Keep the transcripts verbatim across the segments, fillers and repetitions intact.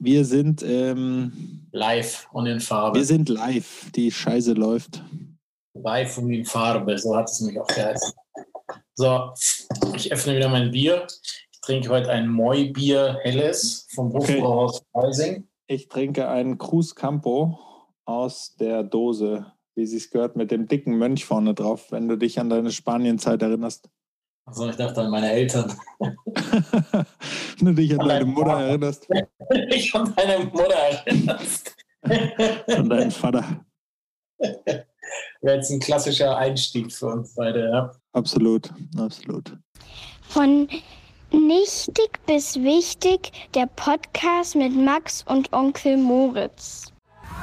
Wir sind ähm, live und in Farbe. Wir sind live. Die Scheiße läuft. Live und in Farbe, so hat es mich auch geheißen. So, ich öffne wieder mein Bier. Ich trinke heute ein Moi-Bier Helles vom Hofbrauhaus Freising. Ich trinke einen Cruz Campo aus der Dose, wie sie es gehört, mit dem dicken Mönch vorne drauf, wenn du dich an deine Spanienzeit erinnerst. Achso, ich dachte an meine Eltern. Wenn du dich an, an deine Mutter Vater. erinnerst. Ich an deine Mutter erinnerst. An deinen Vater. Wäre jetzt ein klassischer Einstieg für uns beide, ja. Absolut, absolut. Von nichtig bis wichtig, der Podcast mit Max und Onkel Moritz.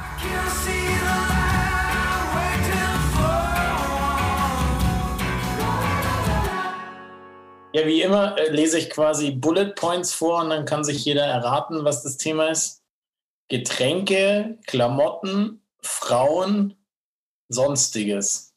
Ja, wie immer äh, lese ich quasi Bullet Points vor und dann kann sich jeder erraten, was das Thema ist. Getränke, Klamotten, Frauen, Sonstiges.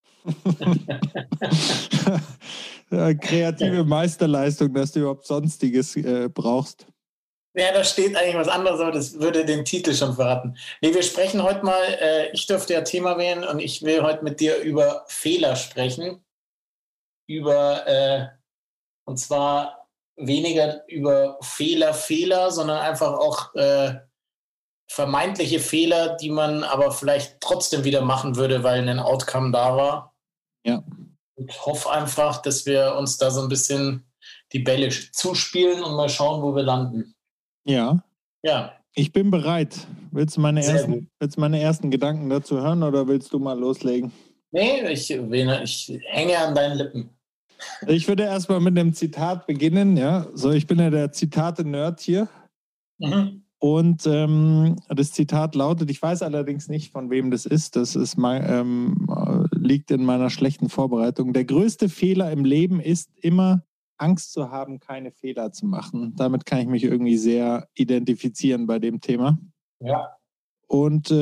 Ja, kreative Meisterleistung, dass du überhaupt Sonstiges äh, brauchst. Ja, da steht eigentlich was anderes, aber das würde den Titel schon verraten. Nee, wir sprechen heute mal, äh, ich dürfte ja Thema wählen und ich will heute mit dir über Fehler sprechen. Über, äh, und zwar weniger über Fehler, Fehler, sondern einfach auch äh, vermeintliche Fehler, die man aber vielleicht trotzdem wieder machen würde, weil ein Outcome da war. Ja. Ich hoffe einfach, dass wir uns da so ein bisschen die Bälle zuspielen und mal schauen, wo wir landen. Ja. Ja. Ich bin bereit. Willst du meine, ersten, willst du meine ersten Gedanken dazu hören oder willst du mal loslegen? Nee, ich, ich hänge an deinen Lippen. Ich würde erstmal mit einem Zitat beginnen. Ja, so, ich bin ja der Zitate-Nerd hier. Mhm. Und ähm, das Zitat lautet, ich weiß allerdings nicht, von wem das ist, das ist mein, ähm, liegt in meiner schlechten Vorbereitung. Der größte Fehler im Leben ist immer, Angst zu haben, keine Fehler zu machen. Damit kann ich mich irgendwie sehr identifizieren bei dem Thema. Ja. Und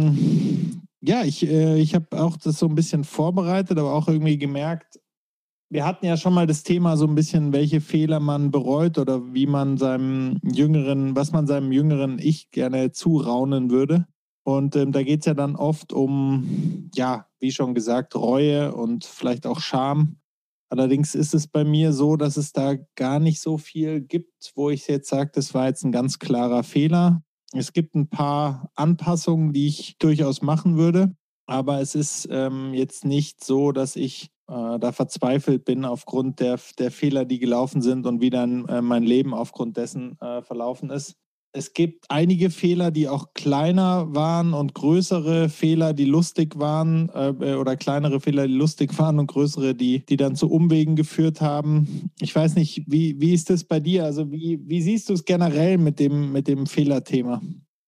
ähm, ja, ich, äh, ich habe auch das so ein bisschen vorbereitet, aber auch irgendwie gemerkt, wir hatten ja schon mal das Thema so ein bisschen, welche Fehler man bereut oder wie man seinem jüngeren, was man seinem jüngeren Ich gerne zuraunen würde. Und ähm, da geht es ja dann oft um, ja, wie schon gesagt, Reue und vielleicht auch Scham. Allerdings ist es bei mir so, dass es da gar nicht so viel gibt, wo ich jetzt sage, das war jetzt ein ganz klarer Fehler. Es gibt ein paar Anpassungen, die ich durchaus machen würde, aber es ist ähm, jetzt nicht so, dass ich äh, da verzweifelt bin aufgrund der, der Fehler, die gelaufen sind und wie dann äh, mein Leben aufgrund dessen äh, verlaufen ist. Es gibt einige Fehler, die auch kleiner waren und größere Fehler, die lustig waren äh, oder kleinere Fehler, die lustig waren und größere, die, die dann zu Umwegen geführt haben. Ich weiß nicht, wie, wie ist das bei dir? Also wie, wie siehst du es generell mit dem, mit dem Fehlerthema?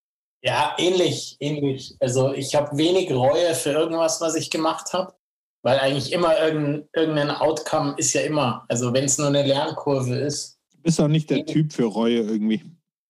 Ja, ähnlich, ähnlich. Also ich habe wenig Reue für irgendwas, was ich gemacht habe, weil eigentlich immer irgendein, irgendein Outcome ist ja immer, also wenn es nur eine Lernkurve ist. Du bist auch nicht der Typ für Reue irgendwie.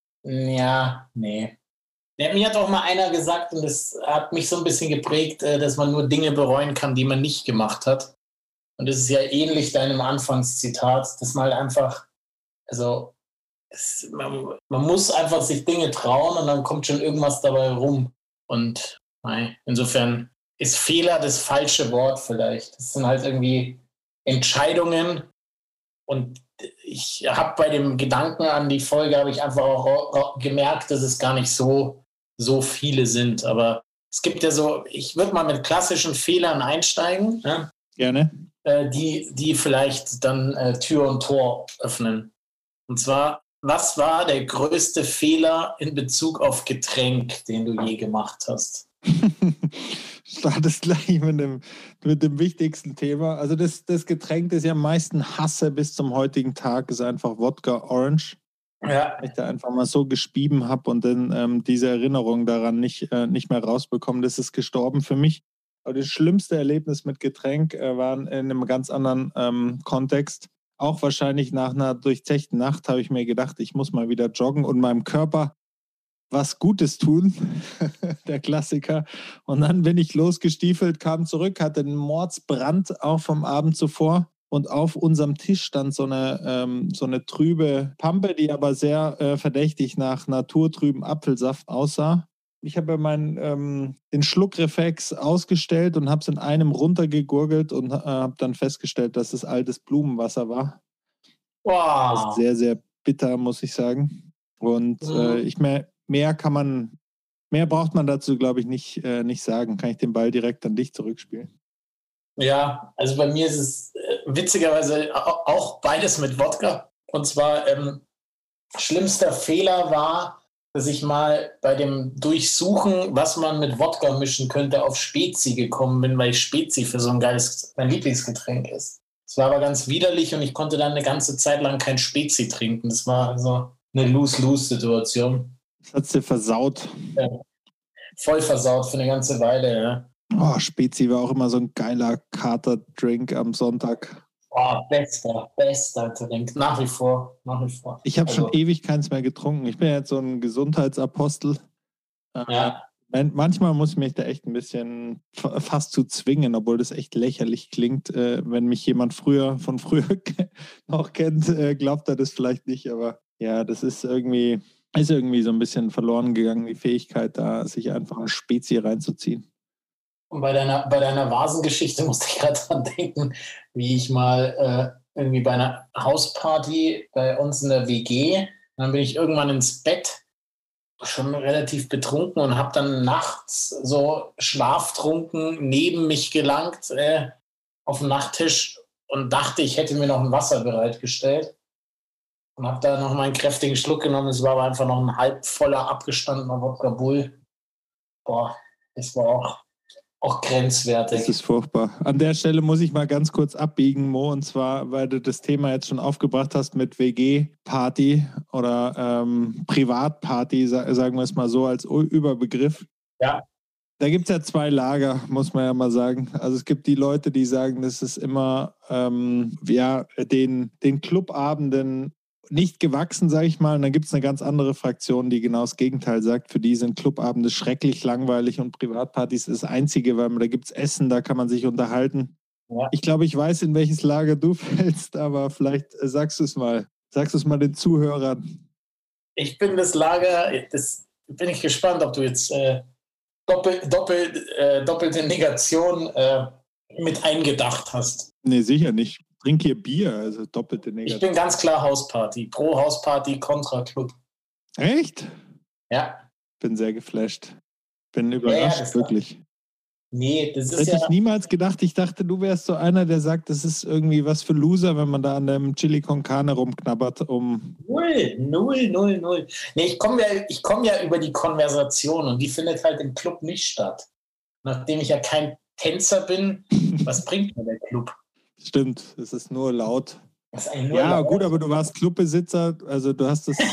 Ja, nee. Ja, mir hat auch mal einer gesagt, und das hat mich so ein bisschen geprägt, dass man nur Dinge bereuen kann, die man nicht gemacht hat. Und das ist ja ähnlich deinem Anfangszitat, dass man halt einfach, also es, man, man muss einfach sich Dinge trauen und dann kommt schon irgendwas dabei rum. Und nein, insofern ist Fehler das falsche Wort vielleicht. Das sind halt irgendwie Entscheidungen und ich habe bei dem Gedanken an die Folge habe ich einfach auch gemerkt, dass es gar nicht so, so viele sind. Aber es gibt ja so, ich würde mal mit klassischen Fehlern einsteigen. Ja? Gerne. Äh, die, die vielleicht dann äh, Tür und Tor öffnen. Und zwar, was war der größte Fehler in Bezug auf Getränk, den du je gemacht hast? Startest gleich mit dem, mit dem wichtigsten Thema. Also das, das Getränk, das ich am meisten hasse bis zum heutigen Tag, ist einfach Wodka Orange. Ja. Weil ich da einfach mal so gespieben habe und dann ähm, diese Erinnerung daran nicht, äh, nicht mehr rausbekommen. Das ist gestorben für mich. Aber das schlimmste Erlebnis mit Getränk äh, war in einem ganz anderen ähm, Kontext. Auch wahrscheinlich nach einer durchzechten Nacht habe ich mir gedacht, ich muss mal wieder joggen und meinem Körper was Gutes tun, der Klassiker. Und dann bin ich losgestiefelt, kam zurück, hatte einen Mordsbrand auch vom Abend zuvor und auf unserem Tisch stand so eine, ähm, so eine trübe Pampe, die aber sehr äh, verdächtig nach naturtrüben Apfelsaft aussah. Ich habe meinen ähm, den Schluckreflex ausgestellt und habe es in einem runtergegurgelt und äh, habe dann festgestellt, dass es altes Blumenwasser war. Wow. Das ist sehr, sehr bitter, muss ich sagen. Und Mhm. äh, ich mehr, mehr kann man, mehr braucht man dazu, glaube ich, nicht, äh, nicht sagen. Kann ich den Ball direkt an dich zurückspielen? Ja, also bei mir ist es äh, witzigerweise au- auch beides mit Wodka. Und zwar, ähm, schlimmster Fehler war, dass ich mal bei dem Durchsuchen, was man mit Wodka mischen könnte, auf Spezi gekommen bin, weil Spezi für so ein geiles, mein Lieblingsgetränk ist. Es war aber ganz widerlich und ich konnte dann eine ganze Zeit lang kein Spezi trinken. Das war also eine Lose-Lose-Situation. Das hat dir versaut. Ja. Voll versaut für eine ganze Weile, ja. Oh, Spezi war auch immer so ein geiler Kater-Drink am Sonntag. Oh, bester, bester Drink. Nach wie vor, nach wie vor. Ich habe Also, schon ewig keins mehr getrunken. Ich bin jetzt so ein Gesundheitsapostel. Äh, ja, man- manchmal muss ich mich da echt ein bisschen fa- fast zu zwingen, obwohl das echt lächerlich klingt. Äh, wenn mich jemand früher von früher noch kennt, äh, glaubt er das vielleicht nicht. Aber ja, das ist irgendwie, ist irgendwie so ein bisschen verloren gegangen, die Fähigkeit, da sich einfach eine Spezie reinzuziehen. und bei deiner, bei deiner Vasengeschichte musste ich gerade dran denken, wie ich mal äh, irgendwie bei einer Hausparty bei uns in der W G, dann bin ich irgendwann ins Bett, schon relativ betrunken und habe dann nachts so schlaftrunken neben mich gelangt äh, auf dem Nachttisch und dachte, ich hätte mir noch ein Wasser bereitgestellt und habe da noch mal einen kräftigen Schluck genommen. Es war aber einfach noch ein halb voller, abgestandener Wodka Bull. Boah, das war auch auch grenzwertig. Das ist furchtbar. An der Stelle muss ich mal ganz kurz abbiegen, Mo, und zwar, weil du das Thema jetzt schon aufgebracht hast mit W G-Party oder ähm, Privatparty, sa- sagen wir es mal so als U- Überbegriff. Ja. Da gibt es ja zwei Lager, muss man ja mal sagen. Also es gibt die Leute, die sagen, das ist immer ähm, ja, den, den Clubabenden nicht gewachsen, sage ich mal. Und dann gibt es eine ganz andere Fraktion, die genau das Gegenteil sagt. Für die sind Clubabende schrecklich langweilig und Privatpartys ist das Einzige, weil da gibt es Essen, da kann man sich unterhalten. Ja. Ich glaube, ich weiß, in welches Lager du fällst, aber vielleicht äh, sagst du es mal. Sagst du es mal den Zuhörern. Ich bin das Lager, das bin ich gespannt, ob du jetzt äh, doppel, doppel, äh, doppelte Negation äh, mit eingedacht hast. Nee, sicher nicht. Trink hier Bier, also doppelte Ich Negation. bin ganz klar Hausparty. Pro Hausparty, kontra Club. Echt? Ja. Bin sehr geflasht. Bin überrascht, Ja, das- wirklich. Nee, das ist Hätte ja. ich niemals gedacht. Ich dachte, du wärst so einer, der sagt, das ist irgendwie was für Loser, wenn man da an dem Chili con Carne rumknabbert, um. Null, null, null, null. Nee, ich komme ja, ich komm ja über die Konversation und die findet halt im Club nicht statt. Nachdem ich ja kein Tänzer bin, was bringt mir der Club? Stimmt, es ist nur laut. Das ist eigentlich nur Ja, laut. gut, aber du warst Clubbesitzer, also du hast das,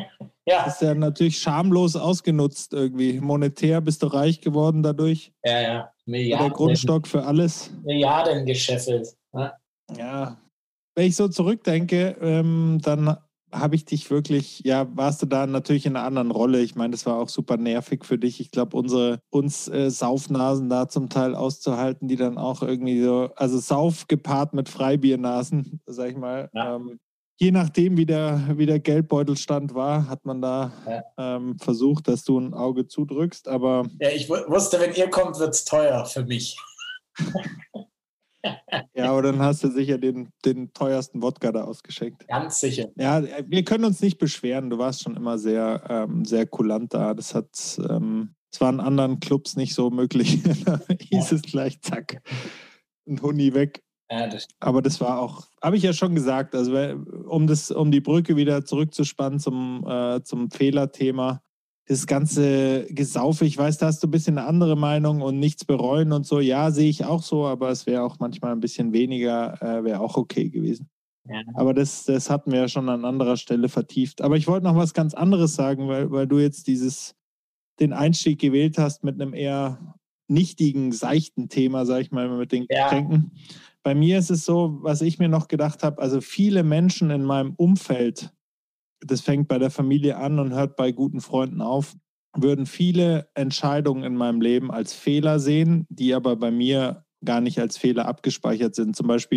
Ja, das ist ja natürlich schamlos ausgenutzt irgendwie. Monetär bist du reich geworden dadurch. ja, ja. Der Milliarden, Grundstock für alles. Milliarden gescheffelt. Ja. Ja, wenn ich so zurückdenke, ähm, dann habe ich dich wirklich, ja, warst du da natürlich in einer anderen Rolle. Ich meine, das war auch super nervig für dich. Ich glaube, unsere, uns äh, Saufnasen da zum Teil auszuhalten, die dann auch irgendwie so, also Sauf gepaart mit Freibiernasen, sag ich mal. Ja. Ähm, je nachdem, wie der, wie der Geldbeutelstand war, hat man da Ja. ähm, versucht, dass du ein Auge zudrückst, aber Ja, ich wu- wusste, wenn ihr kommt, wird es teuer für mich. ja, aber dann hast du sicher den, den teuersten Wodka da ausgeschenkt. Ganz sicher. Ja, wir können uns nicht beschweren. Du warst schon immer sehr, ähm, sehr kulant da. Das hat, ähm, es war in anderen Clubs nicht so möglich. Da hieß es gleich, zack, ein Huni weg. Ja, das, Aber das war auch, habe ich ja schon gesagt, also weil- um, das, um die Brücke wieder zurückzuspannen zum, äh, zum Fehlerthema, das ganze Gesaufe, ich weiß, da hast du ein bisschen eine andere Meinung und nichts bereuen und so. Ja, sehe ich auch so, aber es wäre auch manchmal ein bisschen weniger, äh, wäre auch okay gewesen. ja. Aber das, das hatten wir ja schon an anderer Stelle vertieft. Aber ich wollte noch was ganz anderes sagen, weil, weil du jetzt dieses, den Einstieg gewählt hast mit einem eher nichtigen, seichten Thema, sag ich mal, mit den Ja. Getränken. Bei mir ist es so, was ich mir noch gedacht habe, also viele Menschen in meinem Umfeld, das fängt bei der Familie an und hört bei guten Freunden auf, würden viele Entscheidungen in meinem Leben als Fehler sehen, die aber bei mir gar nicht als Fehler abgespeichert sind. Zum Beispiel,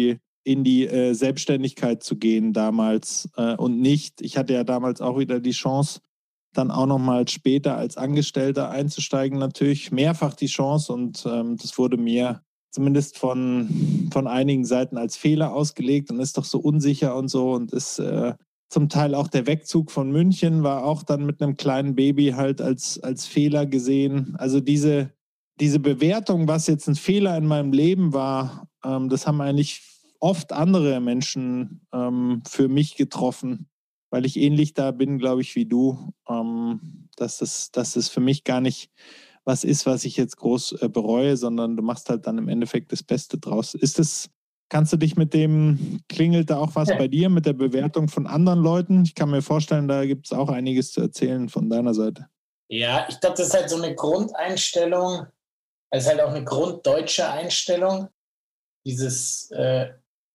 in die äh, Selbstständigkeit zu gehen damals äh, und nicht, ich hatte ja damals auch wieder die Chance, dann auch nochmal später als Angestellter einzusteigen, natürlich mehrfach die Chance und ähm, das wurde mir zumindest von, von einigen Seiten als Fehler ausgelegt und ist doch so unsicher und so und ist äh, zum Teil auch der Wegzug von München war auch dann mit einem kleinen Baby halt als, als Fehler gesehen. Also diese, diese Bewertung, was jetzt ein Fehler in meinem Leben war, ähm, das haben eigentlich oft andere Menschen ähm, für mich getroffen, weil ich ähnlich da bin, glaube ich, wie du, ähm, dass das, dass das für mich gar nicht was ist, was ich jetzt groß äh, bereue, sondern du machst halt dann im Endeffekt das Beste draus. Ist das, kannst du dich mit dem, klingelt da auch was ja. bei dir, mit der Bewertung von anderen Leuten? Ich kann mir vorstellen, da gibt es auch einiges zu erzählen von deiner Seite. Ja, ich glaube, das ist halt so eine Grundeinstellung, das ist halt auch eine grunddeutsche Einstellung. Dieses äh,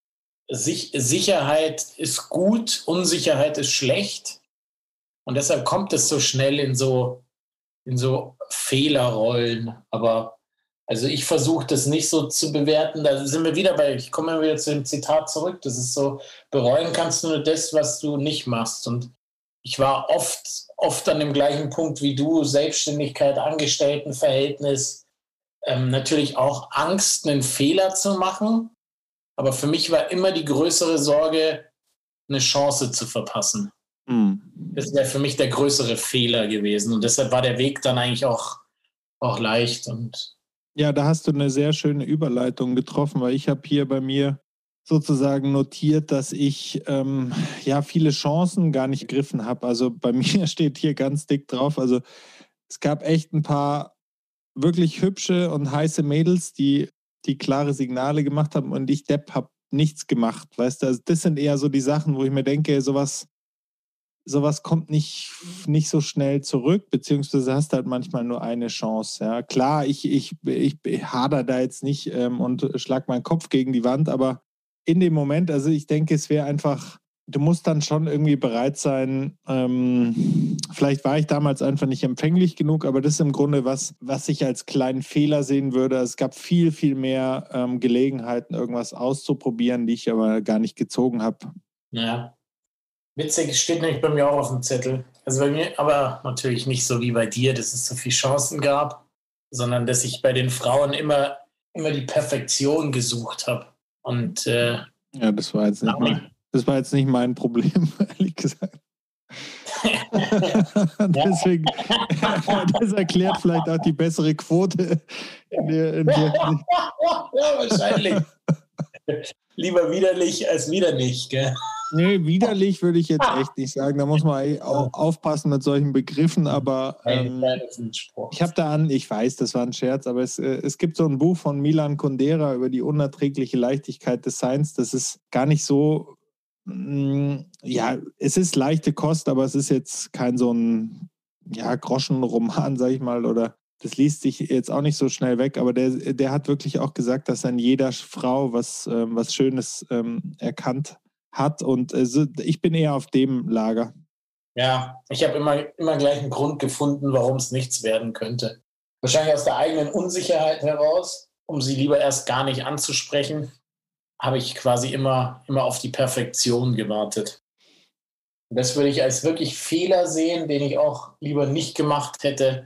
Sich- Sicherheit ist gut, Unsicherheit ist schlecht. Und deshalb kommt es so schnell in so, in so Fehlerrollen. Aber also ich versuche das nicht so zu bewerten. Da sind wir wieder bei, ich komme immer wieder zu dem Zitat zurück. Das ist so, bereuen kannst du nur das, was du nicht machst. Und ich war oft, oft an dem gleichen Punkt wie du, Selbstständigkeit, Angestelltenverhältnis, ähm, natürlich auch Angst, einen Fehler zu machen. Aber für mich war immer die größere Sorge, eine Chance zu verpassen. Mhm. Das wäre für mich der größere Fehler gewesen. Und deshalb war der Weg dann eigentlich auch, auch leicht. Und ja, da hast du eine sehr schöne Überleitung getroffen, weil ich habe hier bei mir sozusagen notiert, dass ich ähm, ja viele Chancen gar nicht gegriffen habe. Also bei mir steht hier ganz dick drauf, also es gab echt ein paar wirklich hübsche und heiße Mädels, die die klare Signale gemacht haben und ich, Depp, habe nichts gemacht. Weißt du, also das sind eher so die Sachen, wo ich mir denke, sowas, sowas kommt nicht, nicht so schnell zurück, beziehungsweise hast halt manchmal nur eine Chance. Ja. Klar, ich, ich, ich hader da jetzt nicht ähm, und schlag meinen Kopf gegen die Wand, aber in dem Moment, also ich denke, es wäre einfach, du musst dann schon irgendwie bereit sein, ähm, vielleicht war ich damals einfach nicht empfänglich genug, aber das ist im Grunde was, was ich als kleinen Fehler sehen würde. Es gab viel, viel mehr ähm, Gelegenheiten, irgendwas auszuprobieren, die ich aber gar nicht gezogen habe. Ja, witzig, steht nämlich bei mir auch auf dem Zettel. Also bei mir, aber natürlich nicht so wie bei dir, dass es so viele Chancen gab, sondern dass ich bei den Frauen immer, immer die Perfektion gesucht habe. Und äh, ja, das war jetzt nicht mein, das war jetzt nicht mein Problem, ehrlich gesagt. Deswegen, das erklärt vielleicht auch die bessere Quote in der, in der ja, wahrscheinlich. Lieber widerlich als widerlich, gell? Nee, widerlich würde ich jetzt echt nicht sagen. Da muss man auch aufpassen mit solchen Begriffen, aber ähm, ich habe da an, ich weiß, das war ein Scherz, aber es, äh, es gibt so ein Buch von Milan Kundera über die unerträgliche Leichtigkeit des Seins. Das ist gar nicht so, mh, ja, es ist leichte Kost, aber es ist jetzt kein so ein ja, Groschenroman, sag ich mal, oder das liest sich jetzt auch nicht so schnell weg, aber der, der hat wirklich auch gesagt, dass an jeder Frau was, ähm, was Schönes ähm, erkannt hat und äh, ich bin eher auf dem Lager. Ja, ich habe immer, immer gleich einen Grund gefunden, warum es nichts werden könnte. Wahrscheinlich aus der eigenen Unsicherheit heraus, um sie lieber erst gar nicht anzusprechen, habe ich quasi immer, immer auf die Perfektion gewartet. Und das würde ich als wirklich Fehler sehen, den ich auch lieber nicht gemacht hätte,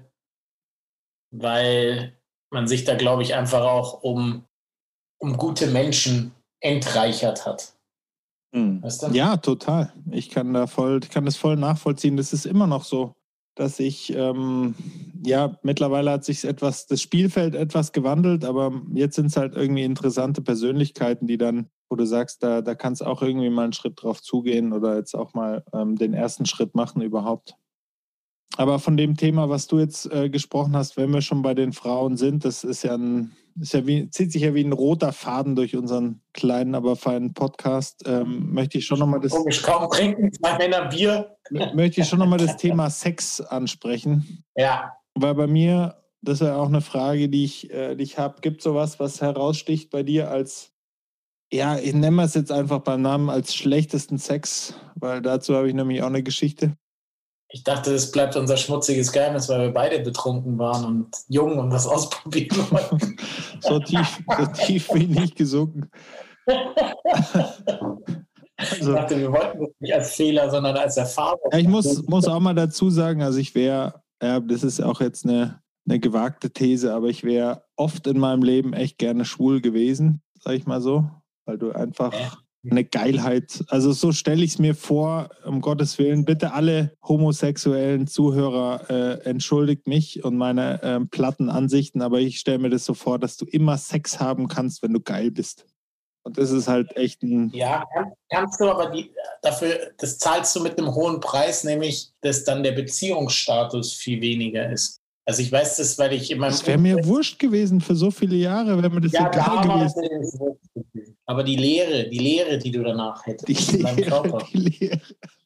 weil man sich da, glaube ich, einfach auch um, um gute Menschen entreichert hat. Weißt du? Ja, total. Ich kann da voll, ich kann das voll nachvollziehen. Das ist immer noch so, dass ich, ähm, ja, mittlerweile hat sich etwas, das Spielfeld etwas gewandelt, aber jetzt sind es halt irgendwie interessante Persönlichkeiten, die dann, wo du sagst, da, da kannst auch irgendwie mal einen Schritt drauf zugehen oder jetzt auch mal ähm, den ersten Schritt machen überhaupt. Aber von dem Thema, was du jetzt äh, gesprochen hast, wenn wir schon bei den Frauen sind, das ist ja ein, ist ja wie, zieht sich ja wie ein roter Faden durch unseren kleinen, aber feinen Podcast. Ähm, möchte ich schon nochmal das. Komisch, kaum trinken zwei Männer Bier. Möchte ich schon nochmal das Thema Sex ansprechen. Ja. Weil bei mir, das ist ja auch eine Frage, die ich, äh, die ich habe, gibt es sowas, was heraussticht bei dir als, ja, ich nenne es jetzt einfach beim Namen, als schlechtesten Sex, weil dazu habe ich nämlich auch eine Geschichte. Ich dachte, das bleibt unser schmutziges Geheimnis, weil wir beide betrunken waren und jung und was ausprobieren wollten. so tief, so tief bin ich nicht gesunken. Also, ich dachte, wir wollten das nicht als Fehler, sondern als Erfahrung. Ja, ich muss, muss auch mal dazu sagen, also ich wäre, ja, das ist auch jetzt eine, eine gewagte These, aber ich wäre oft in meinem Leben echt gerne schwul gewesen, sag ich mal so, weil du einfach Ja. eine Geilheit, also so stelle ich es mir vor, um Gottes Willen, bitte alle homosexuellen Zuhörer, äh, entschuldigt mich und meine äh, platten Ansichten, aber ich stelle mir das so vor, dass du immer Sex haben kannst, wenn du geil bist. Und das ist halt echt ein... Ja, kann, kannst du, aber die, dafür, das zahlst du mit einem hohen Preis, nämlich, dass dann der Beziehungsstatus viel weniger ist. Also ich weiß das, weil ich in meinem... Das wäre mir wurscht gewesen für so viele Jahre, wäre mir das ja, egal damals gewesen. ist es wurscht gewesen. Aber die Lehre, die Lehre, die du danach hättest Die in deinem Lehre, Körper. die Lehre.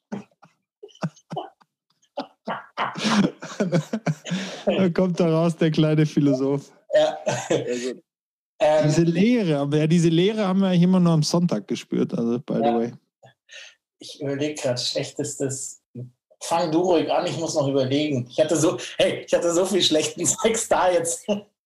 Da kommt da raus der kleine Philosoph. Ja. Ähm, Diese Lehre, aber ja, diese Lehre haben wir eigentlich immer nur am Sonntag gespürt, also by the Ja. way. Ich überlege gerade, schlechtestes. Fang du ruhig an, ich muss noch überlegen. Ich hatte so, hey, ich hatte so viel schlechten Sex da jetzt.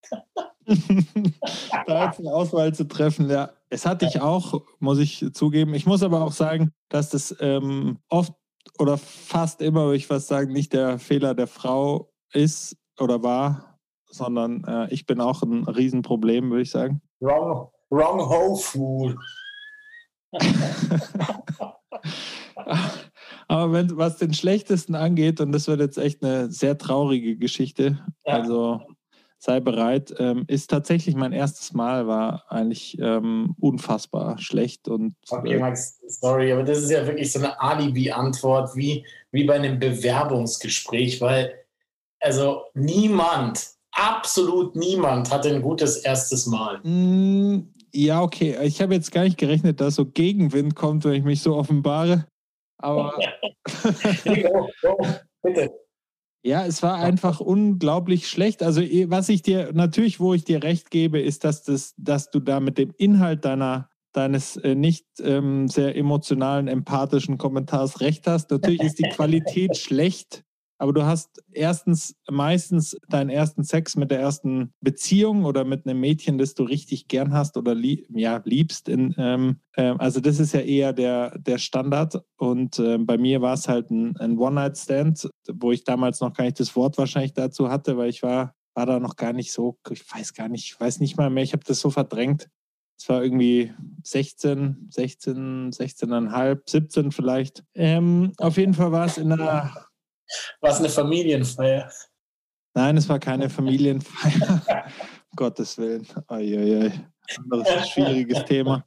Da jetzt eine Auswahl zu treffen, ja. Es hatte ich auch, muss ich zugeben. Ich muss aber auch sagen, dass das ähm, oft oder fast immer, würde ich fast sagen, nicht der Fehler der Frau ist oder war, sondern äh, ich bin auch ein Riesenproblem, würde ich sagen. Wrong, wrong ho food. Aber wenn, was den Schlechtesten angeht, und das wird jetzt echt eine sehr traurige Geschichte, Ja. also sei bereit, ähm, ist tatsächlich mein erstes Mal, war eigentlich ähm, unfassbar schlecht. Und Okay, äh, Max, sorry, aber das ist ja wirklich so eine Alibi-Antwort wie, wie bei einem Bewerbungsgespräch, weil also niemand, absolut niemand hatte ein gutes erstes Mal. mh, ja, okay, ich habe jetzt gar nicht gerechnet, dass so Gegenwind kommt, wenn ich mich so offenbare. Aber Go, go, bitte. ja, es war einfach unglaublich schlecht. Also eh, was ich dir, natürlich, wo ich dir recht gebe, ist, dass, das, dass du da mit dem Inhalt deiner, deines äh, nicht ähm, sehr emotionalen, empathischen Kommentars recht hast. Natürlich ist die Qualität schlecht, aber du hast erstens meistens deinen ersten Sex mit der ersten Beziehung oder mit einem Mädchen, das du richtig gern hast oder lieb, ja, liebst. In, ähm, ähm, also das ist ja eher der, der Standard. Und äh, bei mir war es halt ein, ein One-Night-Stand, wo ich damals noch gar nicht das Wort wahrscheinlich dazu hatte, weil ich war, war da noch gar nicht so, ich weiß gar nicht, ich weiß nicht mal mehr, ich habe das so verdrängt. Es war irgendwie sechzehn, sechzehn, sechzehn Komma fünf, siebzehn vielleicht. Ähm, auf jeden Fall war es in einer... War es eine Familienfeier? Nein, es war keine Familienfeier. um Gottes Willen. Uiuiui. Anderes schwieriges Thema.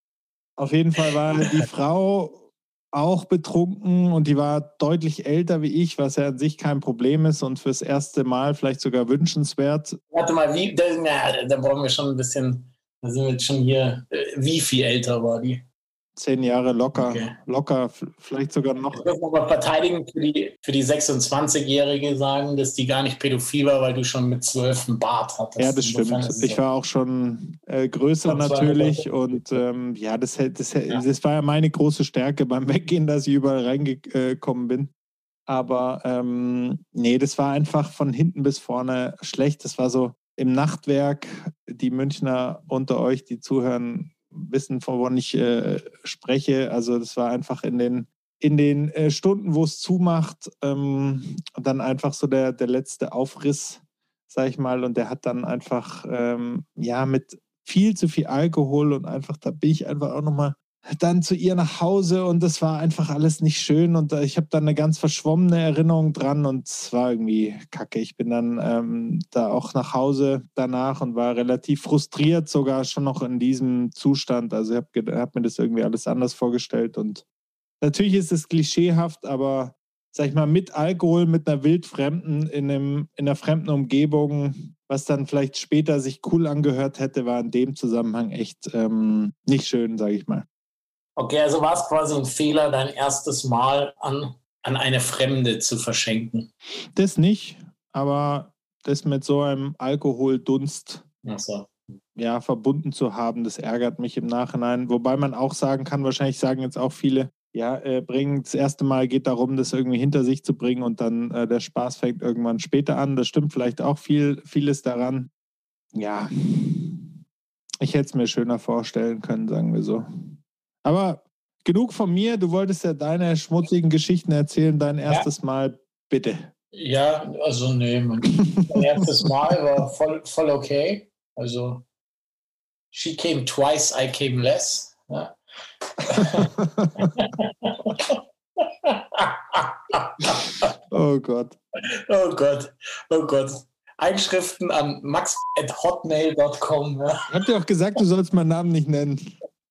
Auf jeden Fall war die Frau auch betrunken und die war deutlich älter wie ich, was ja an sich kein Problem ist und fürs erste Mal vielleicht sogar wünschenswert. Warte mal, wie, da, na, da brauchen wir schon ein bisschen, da sind wir jetzt schon hier, äh, wie viel älter war die? Zehn Jahre locker, Okay. locker, vielleicht sogar noch. Ich muss aber verteidigen für die, für die sechsundzwanzigjährige sagen, dass die gar nicht pädophil war, weil du schon mit zwölf einen Bart hattest. Ja, das stimmt. Insofern ist es Ich so. war auch schon äh, größer Und zwar natürlich mit- und ähm, ja, das, das, das, Ja. das war ja meine große Stärke beim Weggehen, dass ich überall reingekommen bin. Aber ähm, nee, das war einfach von hinten bis vorne schlecht. Das war so im Nachtwerk. Die Münchner unter euch, die zuhören, wissen, von wovon ich äh, spreche. Also das war einfach in den, in den äh, Stunden, wo es zumacht, ähm, und dann einfach so der, der letzte Aufriss, sag ich mal. Und der hat dann einfach, ähm, ja, mit viel zu viel Alkohol und einfach, da bin ich einfach auch nochmal dann zu ihr nach Hause und das war einfach alles nicht schön und äh, ich habe dann eine ganz verschwommene Erinnerung dran und es war irgendwie kacke. Ich bin dann ähm, da auch nach Hause danach und war relativ frustriert, sogar schon noch in diesem Zustand. Also ich habe hab mir das irgendwie alles anders vorgestellt und natürlich ist es klischeehaft, aber sag ich mal, mit Alkohol, mit einer Wildfremden in, einem, in einer fremden Umgebung, was dann vielleicht später sich cool angehört hätte, war in dem Zusammenhang echt ähm, nicht schön, sage ich mal. Okay, also war es quasi ein Fehler, dein erstes Mal an, an eine Fremde zu verschenken. Das nicht, aber das mit so einem Alkoholdunst Ach so. ja, verbunden zu haben, das ärgert mich im Nachhinein. Wobei man auch sagen kann, wahrscheinlich sagen jetzt auch viele, ja, äh, bringen, das erste Mal geht darum, das irgendwie hinter sich zu bringen und dann äh, der Spaß fängt irgendwann später an. Das stimmt vielleicht auch viel, vieles daran. Ja, Ich hätte es mir schöner vorstellen können, sagen wir so. Aber genug von mir. Du wolltest ja deine schmutzigen Geschichten erzählen. Dein erstes ja. Mal, bitte. Ja, also nee, mein, mein erstes Mal war voll, voll okay. Also she came twice, I came less. Ja. Oh Gott. Oh Gott. Oh Gott. Einschriften an max at hotmail dot com. Ja. Ich hab dir auch gesagt, du sollst meinen Namen nicht nennen.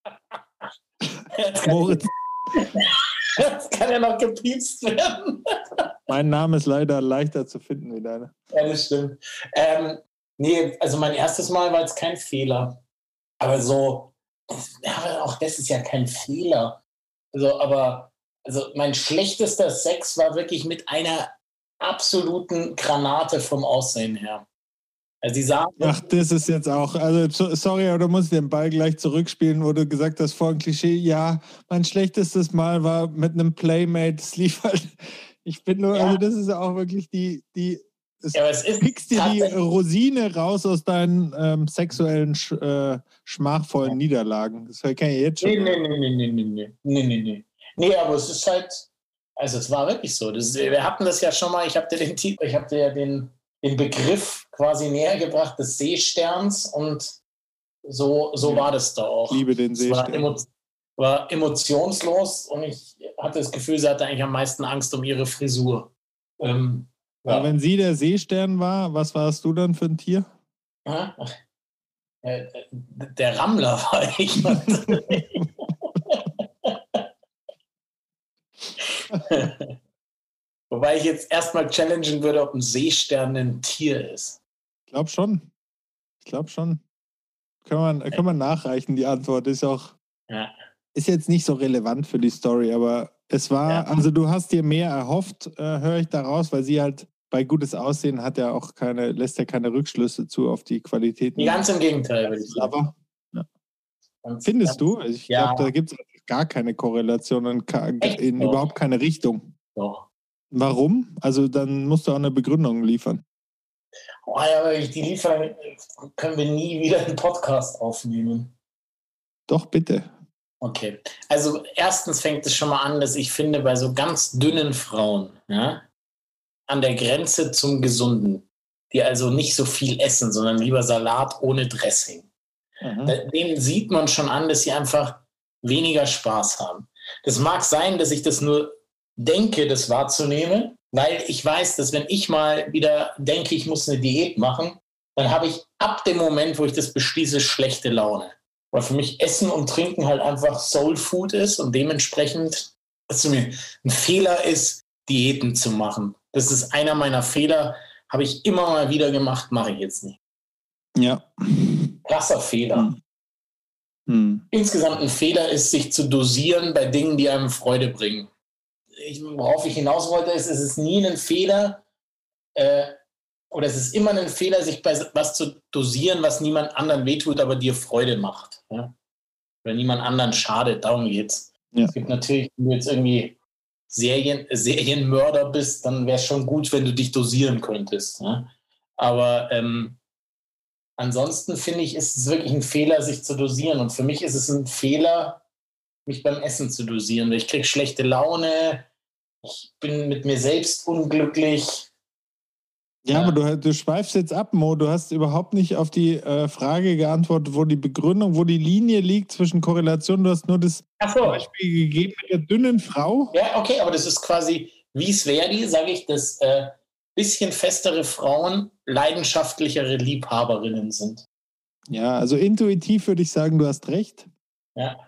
Moritz. Das kann ja noch gepiepst werden. Mein Name ist leider leichter zu finden wie deine. Ja, das stimmt. Ähm, nee, also mein erstes Mal war jetzt kein Fehler. Aber so, ja, auch das ist ja kein Fehler. Also, aber also mein schlechtester Sex war wirklich mit einer absoluten Granate vom Aussehen her. Also die sagen, Ach, das ist jetzt auch, also sorry, aber du musst den Ball gleich zurückspielen, wo du gesagt hast, vor ein Klischee, ja, mein schlechtestes Mal war mit einem Playmate, es lief halt, ich bin nur, ja. also das ist auch wirklich die, die, es ja, es ist pickst dir die Rosine raus aus deinen ähm, sexuellen, sch, äh, schmachvollen ja. Niederlagen. Das kann ich jetzt schon. Nee, nee, nee, nee, nee, nee, nee, nee, nee, nee. Nee, aber es ist halt, also es war wirklich so. Das, wir hatten das ja schon mal, ich habe dir den Titel, ich habe dir ja den den Begriff quasi näher gebracht des Seesterns und so, so war das da auch. Ich liebe den Seestern. War, emo, war emotionslos und ich hatte das Gefühl, sie hatte eigentlich am meisten Angst um ihre Frisur. Ähm, ja. Aber wenn sie der Seestern war, was warst du dann für ein Tier? Ja, der Rammler war ich. Wobei ich jetzt erstmal challengen würde, ob ein Seestern ein Tier ist. Ich glaube schon. Ich glaube schon. Kann man, kann man nachreichen, die Antwort ist auch. Ja. Ist jetzt nicht so relevant für die Story, aber es war, ja. also du hast dir mehr erhofft, äh, höre ich daraus, weil sie halt bei gutes Aussehen hat ja auch keine, lässt ja keine Rückschlüsse zu auf die Qualitäten. Ganz im Gegenteil, würde ich sagen. Aber ja. Findest du? Also ich ja. glaube, da gibt es gar keine Korrelation in, in überhaupt keine Richtung. Doch. Warum? Also dann musst du auch eine Begründung liefern. Oh ja, aber ich die liefern, können wir nie wieder einen Podcast aufnehmen. Doch, bitte. Okay. Also erstens fängt es schon mal an, dass ich finde, bei so ganz dünnen Frauen, ja, an der Grenze zum Gesunden, die also nicht so viel essen, sondern lieber Salat ohne Dressing, mhm. denen sieht man schon an, dass sie einfach weniger Spaß haben. Das mag sein, dass ich das nur denke, das wahrzunehmen, weil ich weiß, dass wenn ich mal wieder denke, ich muss eine Diät machen, dann habe ich ab dem Moment, wo ich das beschließe, schlechte Laune. Weil für mich Essen und Trinken halt einfach Soul Food ist und dementsprechend, dass es mir ein Fehler ist, Diäten zu machen. Das ist einer meiner Fehler, habe ich immer mal wieder gemacht, mache ich jetzt nicht. Ja. Krasser Fehler. Hm. Hm. Insgesamt ein Fehler ist, sich zu dosieren bei Dingen, die einem Freude bringen. Ich, worauf ich hinaus wollte, ist, es ist nie ein Fehler äh, oder es ist immer ein Fehler, sich bei was zu dosieren, was niemand anderen wehtut, aber dir Freude macht. Ja? Oder niemand anderen schadet, darum geht's. Ja. Es gibt natürlich, wenn du jetzt irgendwie Serien, Serienmörder bist, dann wäre es schon gut, wenn du dich dosieren könntest. Ja? Aber ähm, ansonsten finde ich, ist es wirklich ein Fehler, sich zu dosieren. Und für mich ist es ein Fehler, mich beim Essen zu dosieren. Ich kriege schlechte Laune, ich bin mit mir selbst unglücklich. Ja, ja. aber du, du schweifst jetzt ab, Mo. Du hast überhaupt nicht auf die äh, Frage geantwortet, wo die Begründung, wo die Linie liegt zwischen Korrelation. Du hast nur das so. Beispiel gegeben mit der dünnen Frau. Ja, okay, aber das ist quasi, wie es wäre, sage ich, dass äh, bisschen festere Frauen leidenschaftlichere Liebhaberinnen sind. Ja, also intuitiv würde ich sagen, du hast recht. Ja.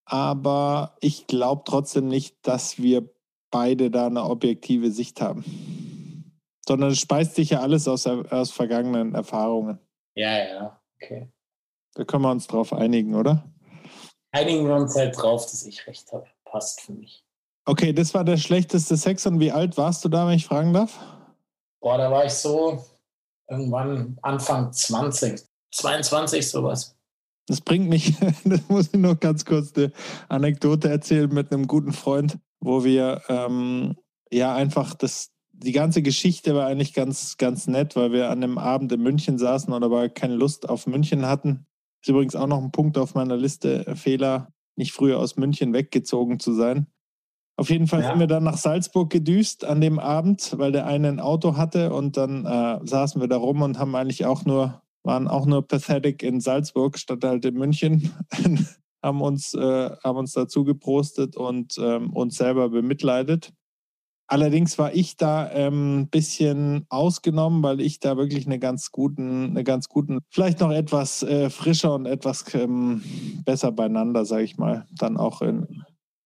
Aber ich glaube trotzdem nicht, dass wir beide da eine objektive Sicht haben. Sondern es speist sich ja alles aus, aus vergangenen Erfahrungen. Ja, ja, okay. Da können wir uns drauf einigen, oder? Einigen wir uns halt drauf, dass ich recht habe. Passt für mich. Okay, das war der schlechteste Sex. Und wie alt warst du da, wenn ich fragen darf? Boah, da war ich so irgendwann Anfang zwanzig, zweiundzwanzig, sowas. Das bringt mich, das muss ich noch ganz kurz eine Anekdote erzählen mit einem guten Freund, wo wir ähm, ja einfach das, die ganze Geschichte war eigentlich ganz, ganz nett, weil wir an einem Abend in München saßen und aber keine Lust auf München hatten Ist übrigens auch noch ein Punkt auf meiner Liste, äh, Fehler, nicht früher aus München weggezogen zu sein. Auf jeden Fall ja. sind wir dann nach Salzburg gedüst an dem Abend, weil der eine ein Auto hatte und dann äh, saßen wir da rum und haben eigentlich auch nur, waren auch nur pathetic in Salzburg statt halt in München, haben uns, äh, haben uns dazu geprostet und ähm, uns selber bemitleidet. Allerdings war ich da ein ähm, bisschen ausgenommen, weil ich da wirklich eine ganz guten, eine ganz guten, vielleicht noch etwas äh, frischer und etwas ähm, besser beieinander, sage ich mal, dann auch in.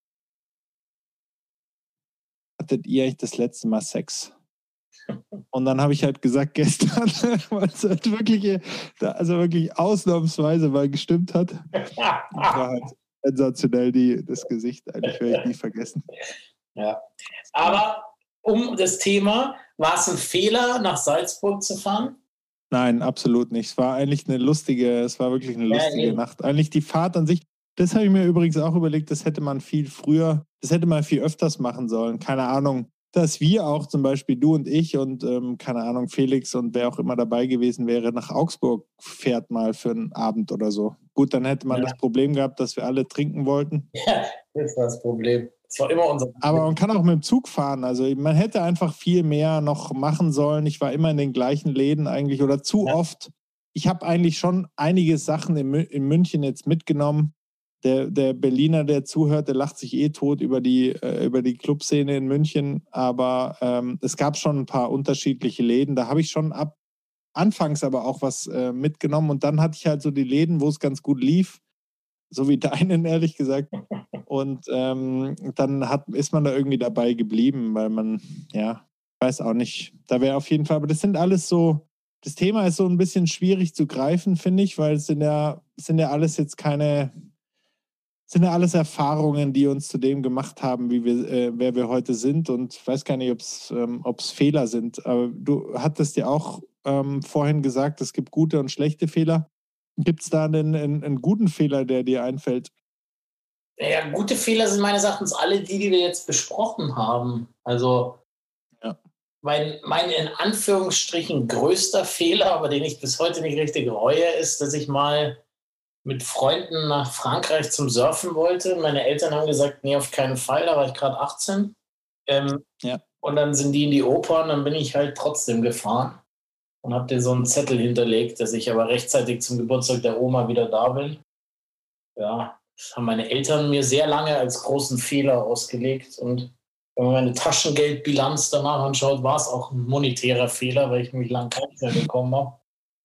Hattet ihr eigentlich das letzte Mal Sex? Und dann habe ich halt gesagt, gestern, weil es halt wirklich, also wirklich ausnahmsweise mal gestimmt hat. Das war halt sensationell, die, das Gesicht, eigentlich werde ich nie vergessen. Ja, aber um das Thema, war es ein Fehler, nach Salzburg zu fahren? Nein, absolut nicht. Es war eigentlich eine lustige, es war wirklich eine lustige ja, Nacht. Eigentlich die Fahrt an sich, das habe ich mir übrigens auch überlegt, das hätte man viel früher, das hätte man viel öfters machen sollen. Keine Ahnung, dass wir auch zum Beispiel, du und ich und ähm, keine Ahnung, Felix und wer auch immer dabei gewesen wäre, nach Augsburg fährt mal für einen Abend oder so. Gut, dann hätte man ja. das Problem gehabt, dass wir alle trinken wollten. Ja, das war das Problem. Das war immer unser Problem. Aber man kann auch mit dem Zug fahren. Also man hätte einfach viel mehr noch machen sollen. Ich war immer in den gleichen Läden eigentlich oder zu ja. oft. Ich habe eigentlich schon einige Sachen in, in München jetzt mitgenommen. Der, der Berliner, der zuhört, der lacht sich eh tot über die, äh, über die Clubszene in München. Aber ähm, es gab schon ein paar unterschiedliche Läden. Da habe ich schon ab anfangs aber auch was äh, mitgenommen. Und dann hatte ich halt so die Läden, wo es ganz gut lief. So wie deinen, ehrlich gesagt. Und ähm, dann hat, ist man da irgendwie dabei geblieben, weil man, ja, weiß auch nicht. Da wäre auf jeden Fall, aber das sind alles so, das Thema ist so ein bisschen schwierig zu greifen, finde ich, weil es sind ja, sind ja alles jetzt keine, sind ja alles Erfahrungen, die uns zu dem gemacht haben, wie wir, äh, wer wir heute sind. Und ich weiß gar nicht, ob es ähm, Fehler sind. Aber du hattest ja auch ähm, vorhin gesagt, es gibt gute und schlechte Fehler. Gibt es da einen, einen, einen guten Fehler, der dir einfällt? Ja, gute Fehler sind meines Erachtens alle die, die wir jetzt besprochen haben. Also ja. mein, mein in Anführungsstrichen größter Fehler, aber den ich bis heute nicht richtig reue, ist, dass ich mal mit Freunden nach Frankreich zum Surfen wollte. Meine Eltern haben gesagt, nee, auf keinen Fall, da war ich gerade achtzehn. Ähm, ja. Und dann sind die in die Oper und dann bin ich halt trotzdem gefahren und habe dir so einen Zettel hinterlegt, dass ich aber rechtzeitig zum Geburtstag der Oma wieder da bin. Ja, das haben meine Eltern mir sehr lange als großen Fehler ausgelegt. Und wenn man meine Taschengeldbilanz danach anschaut, war es auch ein monetärer Fehler, weil ich mich lange keinen mehr bekommen habe.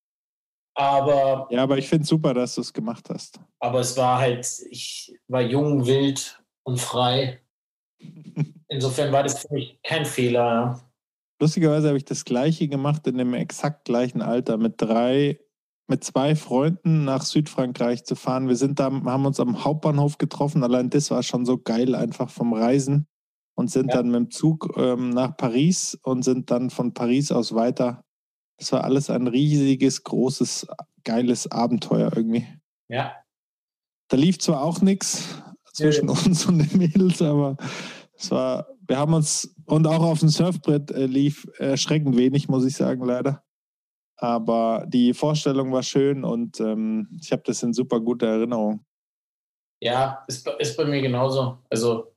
Aber, ja, aber ich finde es super, dass du es gemacht hast. Aber es war halt, ich war jung, wild und frei. Insofern war das für mich kein Fehler. Ja. Lustigerweise habe ich das Gleiche gemacht in dem exakt gleichen Alter mit drei, mit zwei Freunden nach Südfrankreich zu fahren. Wir sind da, haben uns am Hauptbahnhof getroffen. Allein das war schon so geil, einfach vom Reisen. Und sind ja. dann mit dem Zug ähm, nach Paris und sind dann von Paris aus weiter. Das war alles ein riesiges, großes, geiles Abenteuer irgendwie. Ja. Da lief zwar auch nichts zwischen ja. uns und den Mädels, aber es war, wir haben uns, und auch auf dem Surfbrett äh, lief erschreckend wenig, muss ich sagen, leider. Aber die Vorstellung war schön und ähm, ich habe das in super guter Erinnerung. Ja, ist, ist bei mir genauso. Also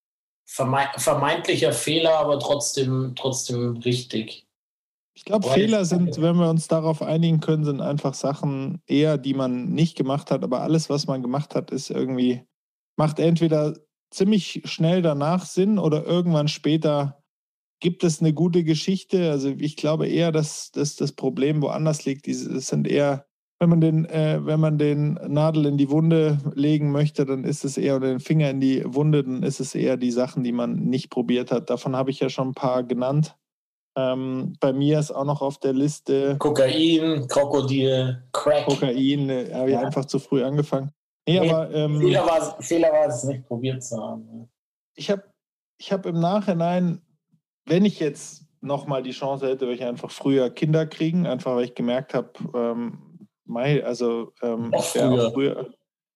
vermeintlicher Fehler, aber trotzdem, trotzdem richtig. Ich glaube, Fehler sind, wenn wir uns darauf einigen können, sind einfach Sachen eher, die man nicht gemacht hat. Aber alles, was man gemacht hat, ist irgendwie, macht entweder ziemlich schnell danach Sinn oder irgendwann später gibt es eine gute Geschichte. Also ich glaube eher, dass, dass das Problem woanders liegt. Es sind eher, wenn man den, äh, wenn man den Nadel in die Wunde legen möchte, dann ist es eher, oder den Finger in die Wunde, dann ist es eher die Sachen, die man nicht probiert hat. Davon habe ich ja schon ein paar genannt. Ähm, bei mir ist auch noch auf der Liste Kokain, Krokodil, Crack. Kokain, äh, habe ich ja. einfach zu früh angefangen. Nee, nee, aber, ähm, Fehler, war es, Fehler war es nicht probiert zu haben. Ich habe ich hab im Nachhinein, wenn ich jetzt nochmal die Chance hätte, würde ich einfach früher Kinder kriegen, einfach weil ich gemerkt habe, ähm, also ähm, auch früher. Auch früher.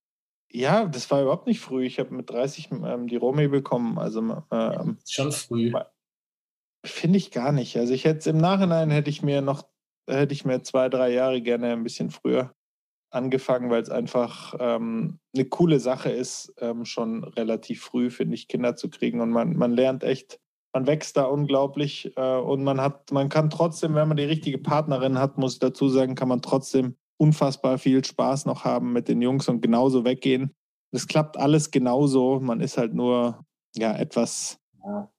Ja, das war überhaupt nicht früh. Ich habe mit dreißig ähm, die Romy bekommen. Also ähm, schon früh. Finde ich gar nicht. Also ich hätte im Nachhinein hätte ich mir noch, hätte ich mir zwei, drei Jahre gerne ein bisschen früher angefangen, weil es einfach ähm, eine coole Sache ist, ähm, schon relativ früh, finde ich, Kinder zu kriegen. Und man, man lernt echt, man wächst da unglaublich äh, und man hat, man kann trotzdem, wenn man die richtige Partnerin hat, muss ich dazu sagen, kann man trotzdem unfassbar viel Spaß noch haben mit den Jungs und genauso weggehen. Es klappt alles genauso, man ist halt nur ja etwas. Ja.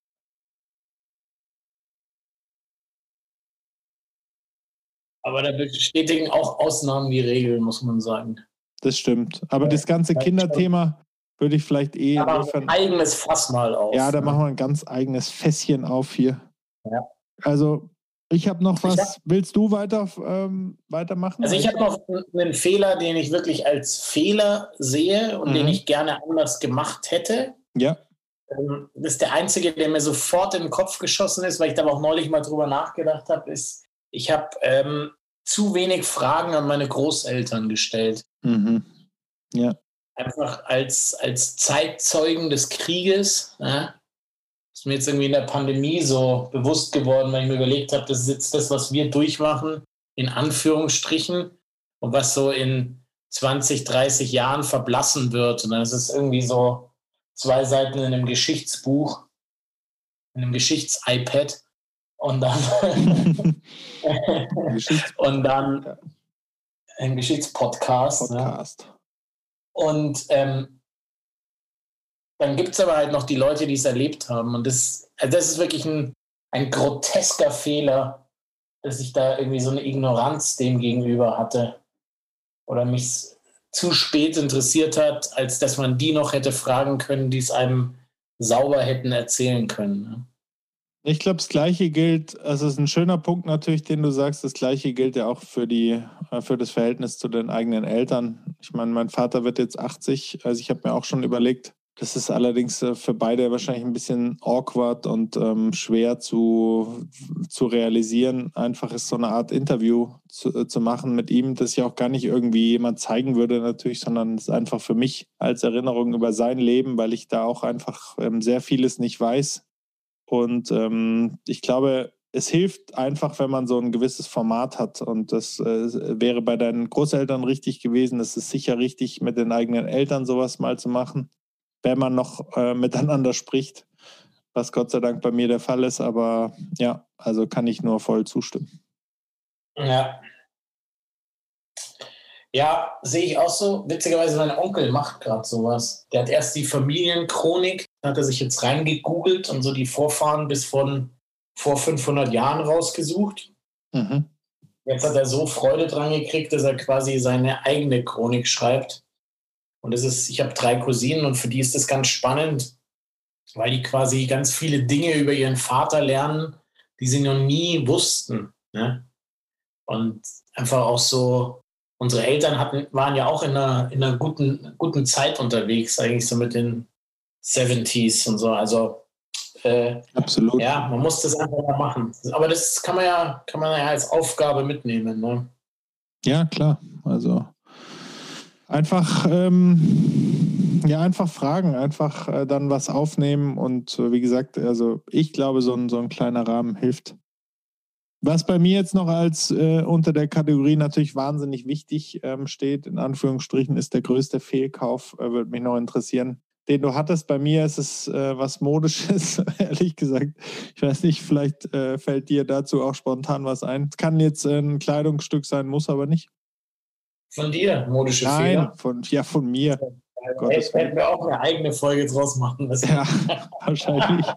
Aber da bestätigen auch Ausnahmen die Regeln, muss man sagen. Das stimmt. Aber ja, das ganze Kinderthema würde ich vielleicht eh... Da machen wir ein eigenes Fass mal auf. Ja, da ne? machen wir ein ganz eigenes Fässchen auf hier. Ja. Also, ich habe noch was. Hab, Willst du weiter, ähm, weitermachen? Also ich habe noch einen Fehler, den ich wirklich als Fehler sehe und mhm. den ich gerne anders gemacht hätte. Ja. Das ist der einzige, der mir sofort in den Kopf geschossen ist, weil ich da auch neulich mal drüber nachgedacht habe, ist, ich habe ähm, zu wenig Fragen an meine Großeltern gestellt. Mhm. Ja. Einfach als, als Zeitzeugen des Krieges. Ja, ist mir jetzt irgendwie in der Pandemie so bewusst geworden, weil ich mir überlegt habe, das ist jetzt das, was wir durchmachen, in Anführungsstrichen, und was so in zwanzig, dreißig Jahren verblassen wird. Und dann ist es irgendwie so zwei Seiten in einem Geschichtsbuch, in einem Geschichts-iPad. Und dann und dann ein Geschichtspodcast. Podcast. Ne? Und ähm, dann gibt es aber halt noch die Leute, die es erlebt haben. Und das, also das ist wirklich ein, ein grotesker Fehler, dass ich da irgendwie so eine Ignoranz dem gegenüber hatte. Oder mich zu spät interessiert hat, als dass man die noch hätte fragen können, die es einem sauber hätten erzählen können. Ne? Ich glaube, das Gleiche gilt, also es ist ein schöner Punkt natürlich, den du sagst, das Gleiche gilt ja auch für, die, für das Verhältnis zu den eigenen Eltern. Ich meine, mein Vater wird jetzt achtzig, also ich habe mir auch schon überlegt, das ist allerdings für beide wahrscheinlich ein bisschen awkward und ähm, schwer zu, zu realisieren. Einfach ist so eine Art Interview zu, zu machen mit ihm, das ich auch gar nicht irgendwie jemand zeigen würde natürlich, sondern es ist einfach für mich als Erinnerung über sein Leben, weil ich da auch einfach ähm, sehr vieles nicht weiß. Und ähm, ich glaube, es hilft einfach, wenn man so ein gewisses Format hat. Und das äh, wäre bei deinen Großeltern richtig gewesen. Es ist sicher richtig, mit den eigenen Eltern sowas mal zu machen, wenn man noch äh, miteinander spricht, was Gott sei Dank bei mir der Fall ist. Aber ja, also kann ich nur voll zustimmen. Ja. Ja, sehe ich auch so. Witzigerweise, mein Onkel macht gerade sowas. Der hat erst die Familienchronik, da hat er sich jetzt reingegoogelt und so die Vorfahren bis von vor fünfhundert Jahren rausgesucht. Mhm. Jetzt hat er so Freude dran gekriegt, dass er quasi seine eigene Chronik schreibt. Und das ist, ich habe drei Cousinen und für die ist das ganz spannend, weil die quasi ganz viele Dinge über ihren Vater lernen, die sie noch nie wussten. Ne? Und einfach auch so, unsere Eltern hatten, waren ja auch in einer, in einer guten, guten Zeit unterwegs, eigentlich so mit den siebziger und so. Also äh, absolut. Ja, man muss das einfach mal machen. Aber das kann man ja, kann man ja als Aufgabe mitnehmen. Ne? Ja, klar. Also einfach, ähm, ja, einfach fragen, einfach äh, dann was aufnehmen und äh, wie gesagt, also ich glaube, so ein, so ein kleiner Rahmen hilft. Was bei mir jetzt noch als äh, unter der Kategorie natürlich wahnsinnig wichtig ähm, steht, in Anführungsstrichen, ist der größte Fehlkauf, äh, würde mich noch interessieren, den du hattest. Bei mir ist es äh, was Modisches, ehrlich gesagt. Ich weiß nicht, vielleicht äh, fällt dir dazu auch spontan was ein. Es kann jetzt äh, ein Kleidungsstück sein, muss aber nicht. Von dir, modische Nein, Fehler? Nein, von, ja, von mir. Ja, jetzt werden wir auch eine eigene Folge draus machen müssen. Ja, wahrscheinlich.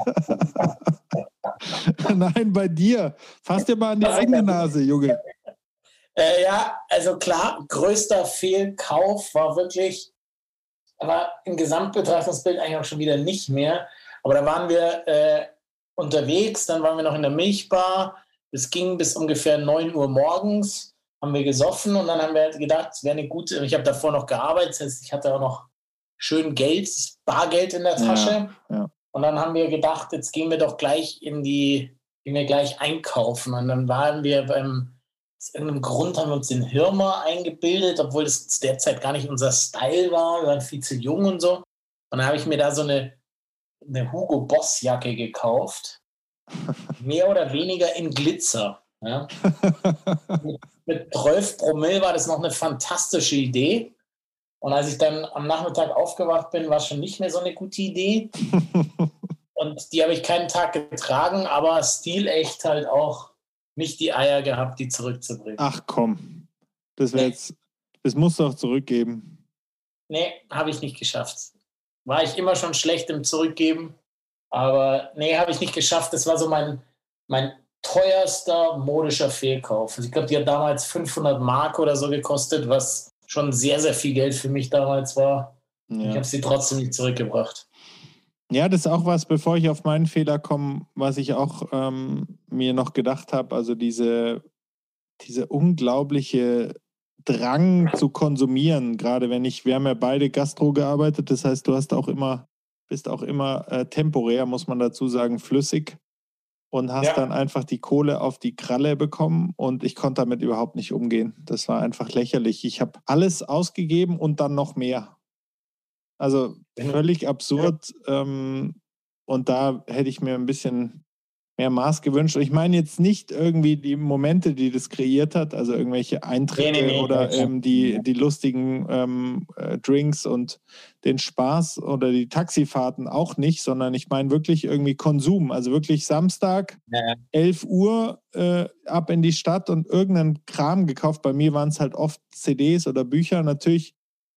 Nein, bei dir. Fass dir mal an die eigene Nase, Junge. Äh, ja, also klar, größter Fehlkauf war wirklich, aber im Gesamtbetrachtungsbild eigentlich auch schon wieder nicht mehr. Aber da waren wir äh, unterwegs, dann waren wir noch in der Milchbar. Es ging bis ungefähr neun Uhr morgens, haben wir gesoffen und dann haben wir halt gedacht, es wäre eine gute, ich habe davor noch gearbeitet, das heißt, ich hatte auch noch schön Geld, Bargeld in der Tasche. Ja, ja. Und dann haben wir gedacht, jetzt gehen wir doch gleich in die, gehen wir gleich einkaufen. Und dann waren wir beim, aus irgendeinem Grund haben wir uns den Hirmer eingebildet, obwohl das zu der Zeit gar nicht unser Style war. Wir waren viel zu jung und so. Und dann habe ich mir da so eine, eine Hugo Boss Jacke gekauft. Mehr oder weniger in Glitzer. Ja. mit, mit zwölf Promille war das noch eine fantastische Idee. Und als ich dann am Nachmittag aufgewacht bin, war es schon nicht mehr so eine gute Idee. Und die habe ich keinen Tag getragen, aber stilecht halt auch nicht die Eier gehabt, die zurückzubringen. Ach komm, das wäre jetzt, das musst du auch zurückgeben. Nee, habe ich nicht geschafft. War ich immer schon schlecht im Zurückgeben, aber nee, habe ich nicht geschafft. Das war so mein, mein teuerster modischer Fehlkauf. Also ich glaube, die hat damals fünfhundert Mark oder so gekostet, was schon sehr, sehr viel Geld für mich damals war. Ja. Ich habe sie trotzdem nicht zurückgebracht. Ja, das ist auch was, bevor ich auf meinen Fehler komme, was ich auch ähm, mir noch gedacht habe, also diese, diese unglaubliche Drang zu konsumieren, gerade wenn ich, wir haben ja beide Gastro gearbeitet, das heißt, du hast auch immer, bist auch immer äh, temporär, muss man dazu sagen, flüssig und hast ja. dann einfach die Kohle auf die Kralle bekommen und ich konnte damit überhaupt nicht umgehen. Das war einfach lächerlich. Ich habe alles ausgegeben und dann noch mehr. Also völlig absurd ja. ähm, und da hätte ich mir ein bisschen mehr Maß gewünscht. Und ich meine jetzt nicht irgendwie die Momente, die das kreiert hat, also irgendwelche Eintritte nee, nee, nee, oder ähm, die, die lustigen ähm, äh, Drinks und den Spaß oder die Taxifahrten auch nicht, sondern ich meine wirklich irgendwie Konsum. Also wirklich Samstag, ja. elf Uhr äh, ab in die Stadt und irgendeinen Kram gekauft. Bei mir waren es halt oft C Ds oder Bücher. Natürlich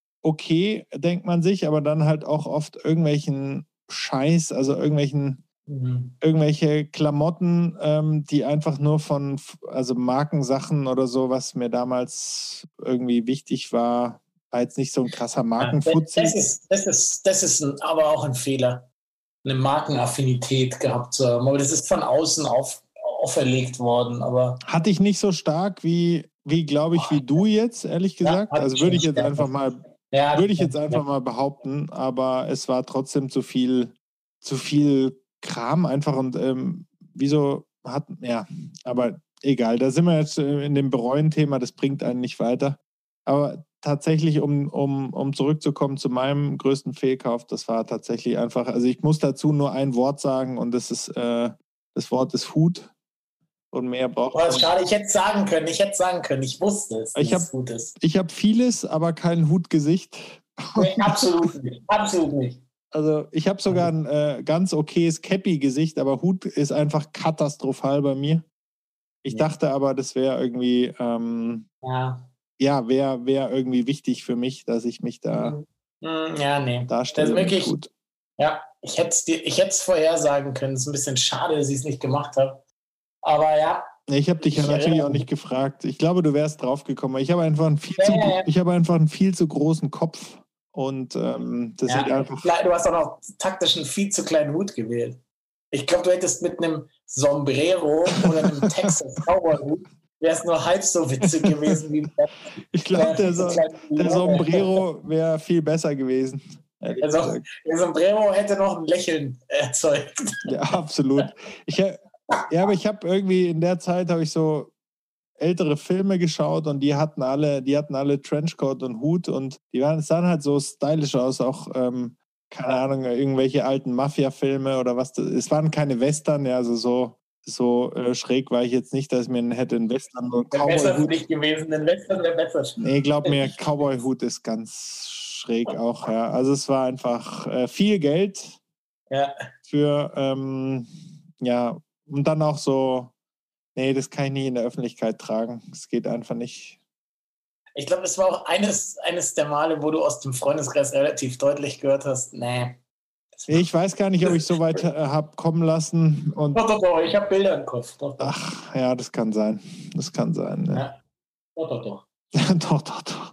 okay, denkt man sich, aber dann halt auch oft irgendwelchen Scheiß, also irgendwelchen Mhm. irgendwelche Klamotten, ähm, die einfach nur von, also Markensachen oder so, was mir damals irgendwie wichtig war, war jetzt nicht so ein krasser Markenfuzzi. Das ist, das ist, das ist ein, aber auch ein Fehler, eine Markenaffinität gehabt zu haben. Aber das ist von außen auf, auferlegt worden. Aber hatte ich nicht so stark wie, wie glaube ich, wie du jetzt, ehrlich gesagt. Ja, also würde ich jetzt stärker. einfach mal, ja, würde ich jetzt einfach ja. mal behaupten, aber es war trotzdem zu viel, zu viel Kram einfach und ähm, wieso hat, ja, aber egal, da sind wir jetzt in dem Bereuen-Thema, das bringt einen nicht weiter. Aber tatsächlich, um, um, um zurückzukommen zu meinem größten Fehlkauf, das war tatsächlich einfach, also ich muss dazu nur ein Wort sagen und das ist, äh, das Wort ist Hut und mehr braucht man. Schade, ich hätte es sagen können, ich hätte es sagen können, ich wusste es, dass ich hab, es Hut ist. Ich habe vieles, aber kein Hutgesicht. Nee, absolut nicht, absolut nicht. Also ich habe sogar ein äh, ganz okayes Cappy-Gesicht, aber Hut ist einfach katastrophal bei mir. Ich ja. dachte aber, das wäre irgendwie, ähm, ja, ja wäre wär irgendwie wichtig für mich, dass ich mich da ja, nee. darstelle. Das wirklich, gut. Ja, ich hätte es ich hätte es vorhersagen können. Es ist ein bisschen schade, dass ich es nicht gemacht habe. Aber ja. Ich habe dich ja natürlich auch nicht gefragt. Ich glaube, du wärst draufgekommen. Ich habe einfach einen viel, ja, zu, ja. Ich habe einfach einen viel zu großen Kopf. Und ähm, das ja, sieht einfach. Du hast auch noch taktisch einen viel zu kleinen Hut gewählt. Ich glaube, du hättest mit einem Sombrero oder einem Texas Cowboy Hut wäre es nur halb so witzig gewesen wie. Ich glaube, der, so, der Sombrero wäre viel besser gewesen. Der, so, der Sombrero hätte noch ein Lächeln erzeugt. Ja, absolut. Ich, ja, aber ich habe irgendwie in der Zeit habe ich so ältere Filme geschaut und die hatten alle, die hatten alle Trenchcoat und Hut und die waren, sahen halt so stylisch aus, auch, ähm, keine Ahnung, irgendwelche alten Mafia-Filme oder was. Das, es waren keine Western, ja, also so, so äh, schräg war ich jetzt nicht, dass ich mir hätte einen Western oder Cowboy-Hut nicht gewesen, den Western wäre besser. Nee, glaub mir, Cowboy-Hut ist ganz schräg auch, ja. Also es war einfach äh, viel Geld ja. für, ähm, ja, und dann auch so. Nee, das kann ich nie in der Öffentlichkeit tragen. Das geht einfach nicht. Ich glaube, das war auch eines, eines der Male, wo du aus dem Freundeskreis relativ deutlich gehört hast, nee. Ich weiß gar nicht, ob ich so weit äh, habe kommen lassen. Und doch, doch, doch, ich habe Bilder im Kopf. Doch, doch. Ach, ja, das kann sein. Das kann sein. Ne? Ja. Doch, doch, doch. doch, doch, doch.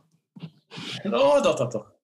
Oh, doch, doch, doch.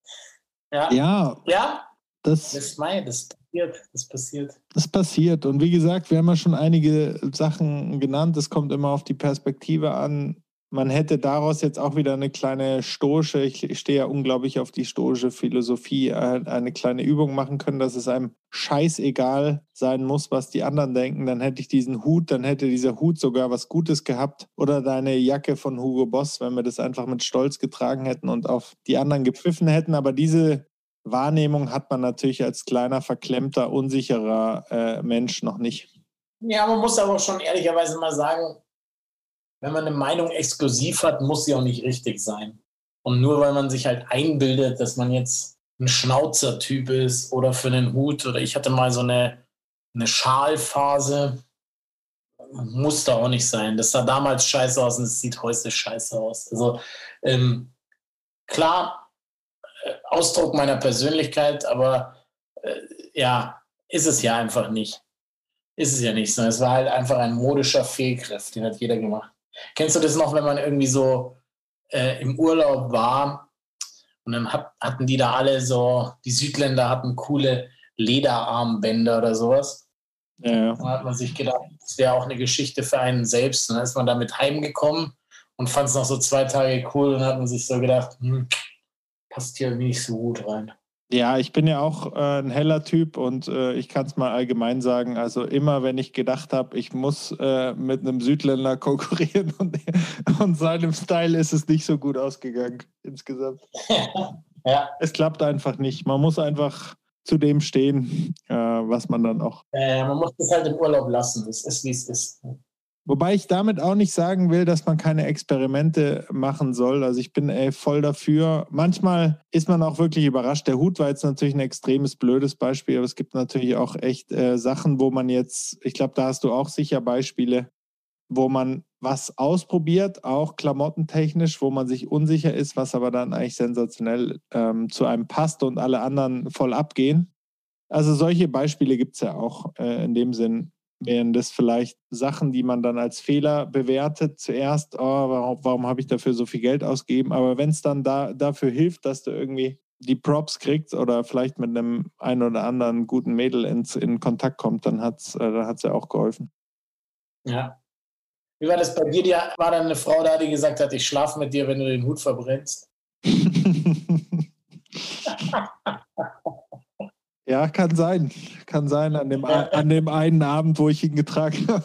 Ja. Ja. Ja? Das, das, mein, das passiert. Das passiert. Das passiert. Und wie gesagt, wir haben ja schon einige Sachen genannt. Es kommt immer auf die Perspektive an. Man hätte daraus jetzt auch wieder eine kleine stoische, ich stehe ja unglaublich auf die stoische Philosophie, eine kleine Übung machen können, dass es einem scheißegal sein muss, was die anderen denken. Dann hätte ich diesen Hut, dann hätte dieser Hut sogar was Gutes gehabt. Oder deine Jacke von Hugo Boss, wenn wir das einfach mit Stolz getragen hätten und auf die anderen gepfiffen hätten. Aber diese Wahrnehmung hat man natürlich als kleiner, verklemmter, unsicherer äh, Mensch noch nicht. Ja, man muss aber schon ehrlicherweise mal sagen, wenn man eine Meinung exklusiv hat, muss sie auch nicht richtig sein. Und nur weil man sich halt einbildet, dass man jetzt ein Schnauzer-Typ ist oder für einen Hut oder ich hatte mal so eine, eine Schalphase, muss da auch nicht sein. Das sah damals scheiße aus und es sieht heute scheiße aus. Also ähm, klar, äh, Ausdruck meiner Persönlichkeit, aber äh, ja, ist es ja einfach nicht. Ist es ja nicht so. Es war halt einfach ein modischer Fehlgriff, den hat jeder gemacht. Kennst du das noch, wenn man irgendwie so äh, im Urlaub war und dann hat, hatten die da alle so, die Südländer hatten coole Lederarmbänder oder sowas. Ja, ja. Da hat man sich gedacht, das wäre auch eine Geschichte für einen selbst. Und dann ist man damit heimgekommen und fand es noch so zwei Tage cool und dann hat man sich so gedacht, hm, passt hier irgendwie nicht so gut rein. Ja, ich bin ja auch äh, ein heller Typ und äh, ich kann es mal allgemein sagen, also immer wenn ich gedacht habe, ich muss äh, mit einem Südländer konkurrieren und, und seinem Style ist es nicht so gut ausgegangen insgesamt. Ja. Es klappt einfach nicht. Man muss einfach zu dem stehen, äh, was man dann auch... Äh, man muss das halt im Urlaub lassen, es ist, wie es ist. Wobei ich damit auch nicht sagen will, dass man keine Experimente machen soll. Also ich bin ey, voll dafür. Manchmal ist man auch wirklich überrascht. Der Hut war jetzt natürlich ein extremes, blödes Beispiel, aber es gibt natürlich auch echt äh, Sachen, wo man jetzt, ich glaube, da hast du auch sicher Beispiele, wo man was ausprobiert, auch klamottentechnisch, wo man sich unsicher ist, was aber dann eigentlich sensationell ähm, zu einem passt und alle anderen voll abgehen. Also solche Beispiele gibt es ja auch äh, in dem Sinn. Wären das vielleicht Sachen, die man dann als Fehler bewertet zuerst, oh, warum, warum habe ich dafür so viel Geld ausgegeben? Aber wenn es dann da, dafür hilft, dass du irgendwie die Props kriegst oder vielleicht mit einem einen oder anderen guten Mädel ins, in Kontakt kommt, dann hat es äh, ja auch geholfen. Ja. Wie war das bei dir? Die, war dann eine Frau da, die gesagt hat, ich schlafe mit dir, wenn du den Hut verbrennst? Ja, kann sein. Kann sein an dem, an dem einen Abend, wo ich ihn getragen habe.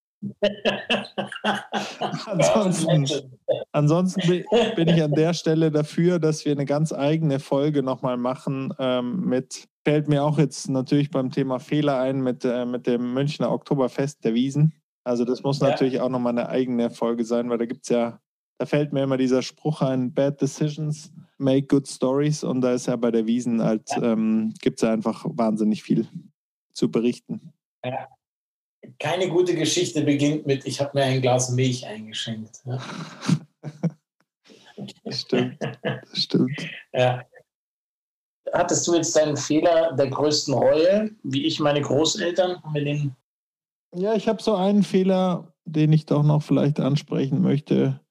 ansonsten, ansonsten bin ich an der Stelle dafür, dass wir eine ganz eigene Folge nochmal machen ähm, mit, fällt mir auch jetzt natürlich beim Thema Fehler ein, mit, äh, mit dem Münchner Oktoberfest der Wiesn. Also das muss ja natürlich auch nochmal eine eigene Folge sein, weil da gibt es ja, da fällt mir immer dieser Spruch ein, Bad Decisions make good stories, und da ist ja bei der Wiesn halt, ähm, gibt es ja einfach wahnsinnig viel zu berichten. Ja. Keine gute Geschichte beginnt mit, ich habe mir ein Glas Milch eingeschenkt. Ja. Das stimmt, das stimmt. Ja. Hattest du jetzt deinen Fehler der größten Reue, wie ich meine Großeltern? Haben wir den? Ja, ich habe so einen Fehler, den ich doch noch vielleicht ansprechen möchte.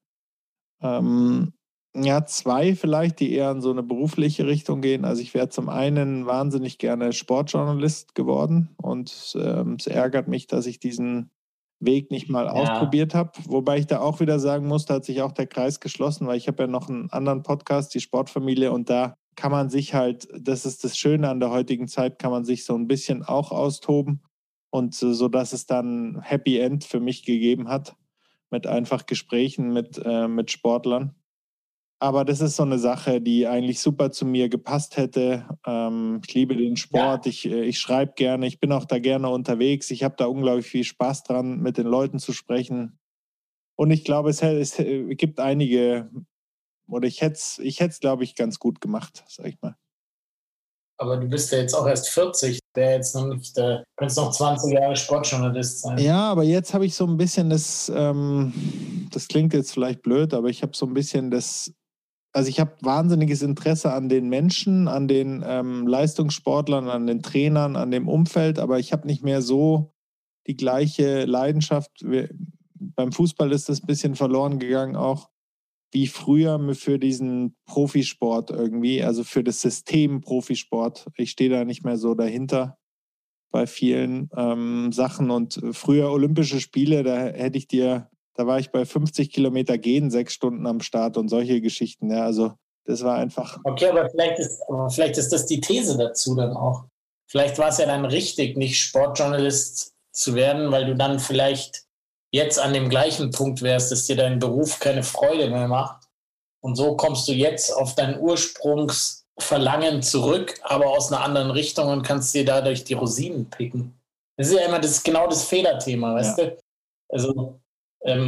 Ähm, ja, zwei vielleicht, die eher in so eine berufliche Richtung gehen. Also ich wäre zum einen wahnsinnig gerne Sportjournalist geworden und ähm, es ärgert mich, dass ich diesen Weg nicht mal ja. ausprobiert habe. Wobei ich da auch wieder sagen muss, da hat sich auch der Kreis geschlossen, weil ich habe ja noch einen anderen Podcast, die Sportfamilie, und da kann man sich halt, das ist das Schöne an der heutigen Zeit, kann man sich so ein bisschen auch austoben und äh, so, dass es dann Happy End für mich gegeben hat mit einfach Gesprächen mit, äh, mit Sportlern. Aber das ist so eine Sache, die eigentlich super zu mir gepasst hätte. Ähm, ich liebe den Sport, ja. ich, ich schreibe gerne, ich bin auch da gerne unterwegs. Ich habe da unglaublich viel Spaß dran, mit den Leuten zu sprechen. Und ich glaube, es, es gibt einige, oder ich hätte es, ich hätte es, glaube ich, ganz gut gemacht, sag ich mal. Aber du bist ja jetzt auch erst vierzig, der jetzt noch nicht, äh, könntest noch zwanzig Jahre Sportjournalist sein. Ja, aber jetzt habe ich so ein bisschen das, ähm, das klingt jetzt vielleicht blöd, aber ich habe so ein bisschen das, also ich habe wahnsinniges Interesse an den Menschen, an den ähm, Leistungssportlern, an den Trainern, an dem Umfeld, aber ich habe nicht mehr so die gleiche Leidenschaft. Wir, beim Fußball ist das ein bisschen verloren gegangen auch, wie früher für diesen Profisport irgendwie, also für das System Profisport. Ich stehe da nicht mehr so dahinter bei vielen ähm, Sachen. Und früher Olympische Spiele, da hätte ich dir, da war ich bei fünfzig Kilometer gehen, sechs Stunden am Start und solche Geschichten. Ja, also das war einfach... Okay, aber vielleicht ist, aber vielleicht ist das die These dazu dann auch. Vielleicht war es ja dann richtig, nicht Sportjournalist zu werden, weil du dann vielleicht jetzt an dem gleichen Punkt wärst, dass dir dein Beruf keine Freude mehr macht. Und so kommst du jetzt auf dein Ursprungsverlangen zurück, aber aus einer anderen Richtung und kannst dir dadurch die Rosinen picken. Das ist ja immer das, genau das Fehlerthema, weißt ja. du? Also, ähm,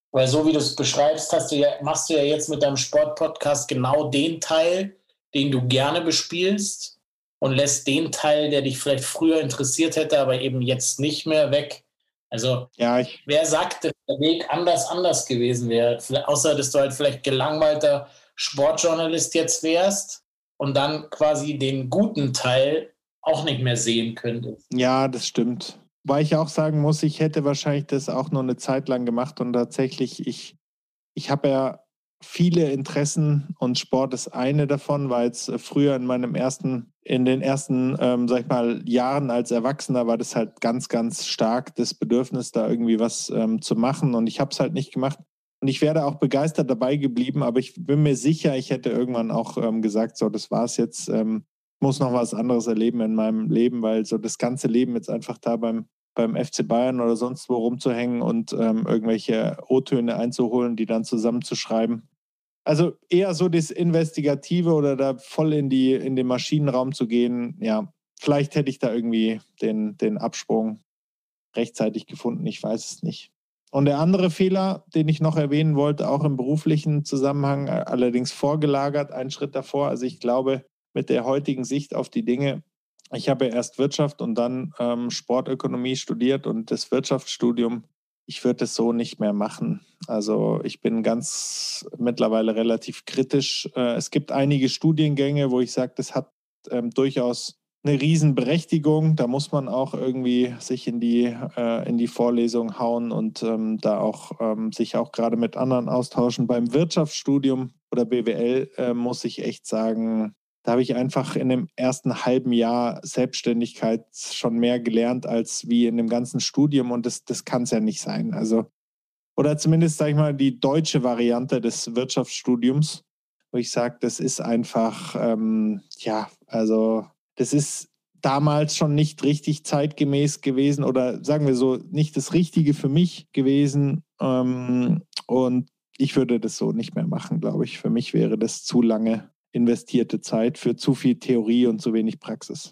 Weil so wie du es beschreibst, hast du ja, machst du ja jetzt mit deinem Sportpodcast genau den Teil, den du gerne bespielst und lässt den Teil, der dich vielleicht früher interessiert hätte, aber eben jetzt nicht mehr, weg. Also Ja, ich, wer sagt, dass der Weg anders anders gewesen wäre? Außer, dass du halt vielleicht gelangweilter Sportjournalist jetzt wärst und dann quasi den guten Teil auch nicht mehr sehen könntest. ja, das stimmt. Weil ich auch sagen muss, ich hätte wahrscheinlich das auch nur eine Zeit lang gemacht und tatsächlich, ich, ich habe ja viele Interessen und Sport ist eine davon, weil jetzt früher in meinem ersten, in den ersten, ähm, sag ich mal, Jahren als Erwachsener war das halt ganz, ganz stark das Bedürfnis, da irgendwie was ähm, zu machen und ich habe es halt nicht gemacht. Und ich wäre auch begeistert dabei geblieben, aber ich bin mir sicher, ich hätte irgendwann auch ähm, gesagt, so, das war's jetzt, ähm, muss noch was anderes erleben in meinem Leben, weil so das ganze Leben jetzt einfach da beim, beim F C Bayern oder sonst wo rumzuhängen und ähm, irgendwelche O-Töne einzuholen, die dann zusammenzuschreiben. Also eher so das Investigative oder da voll in, die, in den Maschinenraum zu gehen, ja, vielleicht hätte ich da irgendwie den, den Absprung rechtzeitig gefunden, ich weiß es nicht. Und der andere Fehler, den ich noch erwähnen wollte, auch im beruflichen Zusammenhang, allerdings vorgelagert, einen Schritt davor. Also ich glaube, mit der heutigen Sicht auf die Dinge, ich habe ja erst Wirtschaft und dann ähm, Sportökonomie studiert und das Wirtschaftsstudium, ich würde es so nicht mehr machen. Also ich bin ganz mittlerweile relativ kritisch. Äh, es gibt einige Studiengänge, wo ich sage, das hat ähm, durchaus eine Riesenberechtigung. Da muss man auch irgendwie sich in die, äh, in die Vorlesung hauen und ähm, da auch ähm, sich auch gerade mit anderen austauschen. Beim Wirtschaftsstudium oder B W L äh, muss ich echt sagen, da habe ich einfach in dem ersten halben Jahr Selbstständigkeit schon mehr gelernt als wie in dem ganzen Studium und das, das kann es ja nicht sein. Also, oder zumindest, sage ich mal, die deutsche Variante des Wirtschaftsstudiums, wo ich sage, das ist einfach, ähm, ja, also das ist damals schon nicht richtig zeitgemäß gewesen oder sagen wir so, nicht das Richtige für mich gewesen. Ähm, und ich würde das so nicht mehr machen, glaube ich. Für mich wäre das zu lange investierte Zeit für zu viel Theorie und zu wenig Praxis.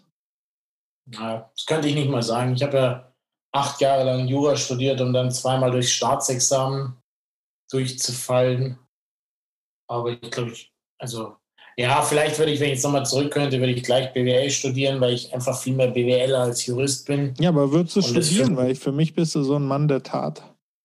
Ja, das könnte ich nicht mal sagen. Ich habe ja acht Jahre lang Jura studiert, um dann zweimal durchs Staatsexamen durchzufallen. Aber ich glaube, ich, also, ja, vielleicht würde ich, wenn ich jetzt nochmal zurück könnte, würde ich gleich B W L studieren, weil ich einfach viel mehr B W L als Jurist bin. Ja, aber würdest du Und das studieren? für- Weil für mich bist du so ein Mann der Tat.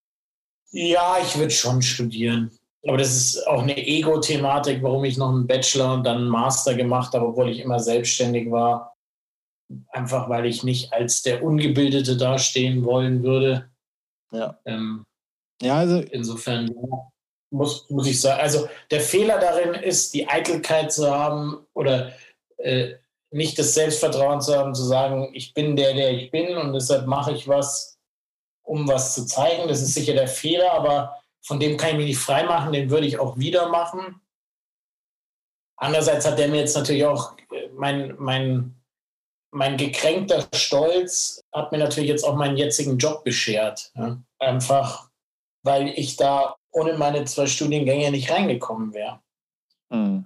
Ja, ich würde schon studieren. Aber das ist auch eine Ego-Thematik, warum ich noch einen Bachelor und dann einen Master gemacht habe, obwohl ich immer selbstständig war. Einfach weil ich nicht als der Ungebildete dastehen wollen würde. Ja. Ähm, Ja, also insofern ja, muss, muss ich sagen, also der Fehler darin ist, die Eitelkeit zu haben oder äh, nicht das Selbstvertrauen zu haben, zu sagen, ich bin der, der ich bin und deshalb mache ich was, um was zu zeigen. Das ist sicher der Fehler, aber von dem kann ich mich nicht freimachen, den würde ich auch wieder machen. Andererseits hat der mir jetzt natürlich auch äh, mein, mein, mein gekränkter Stolz hat mir natürlich jetzt auch meinen jetzigen Job beschert. Ja? Einfach, weil ich da ohne meine zwei Studiengänge nicht reingekommen wäre. hm.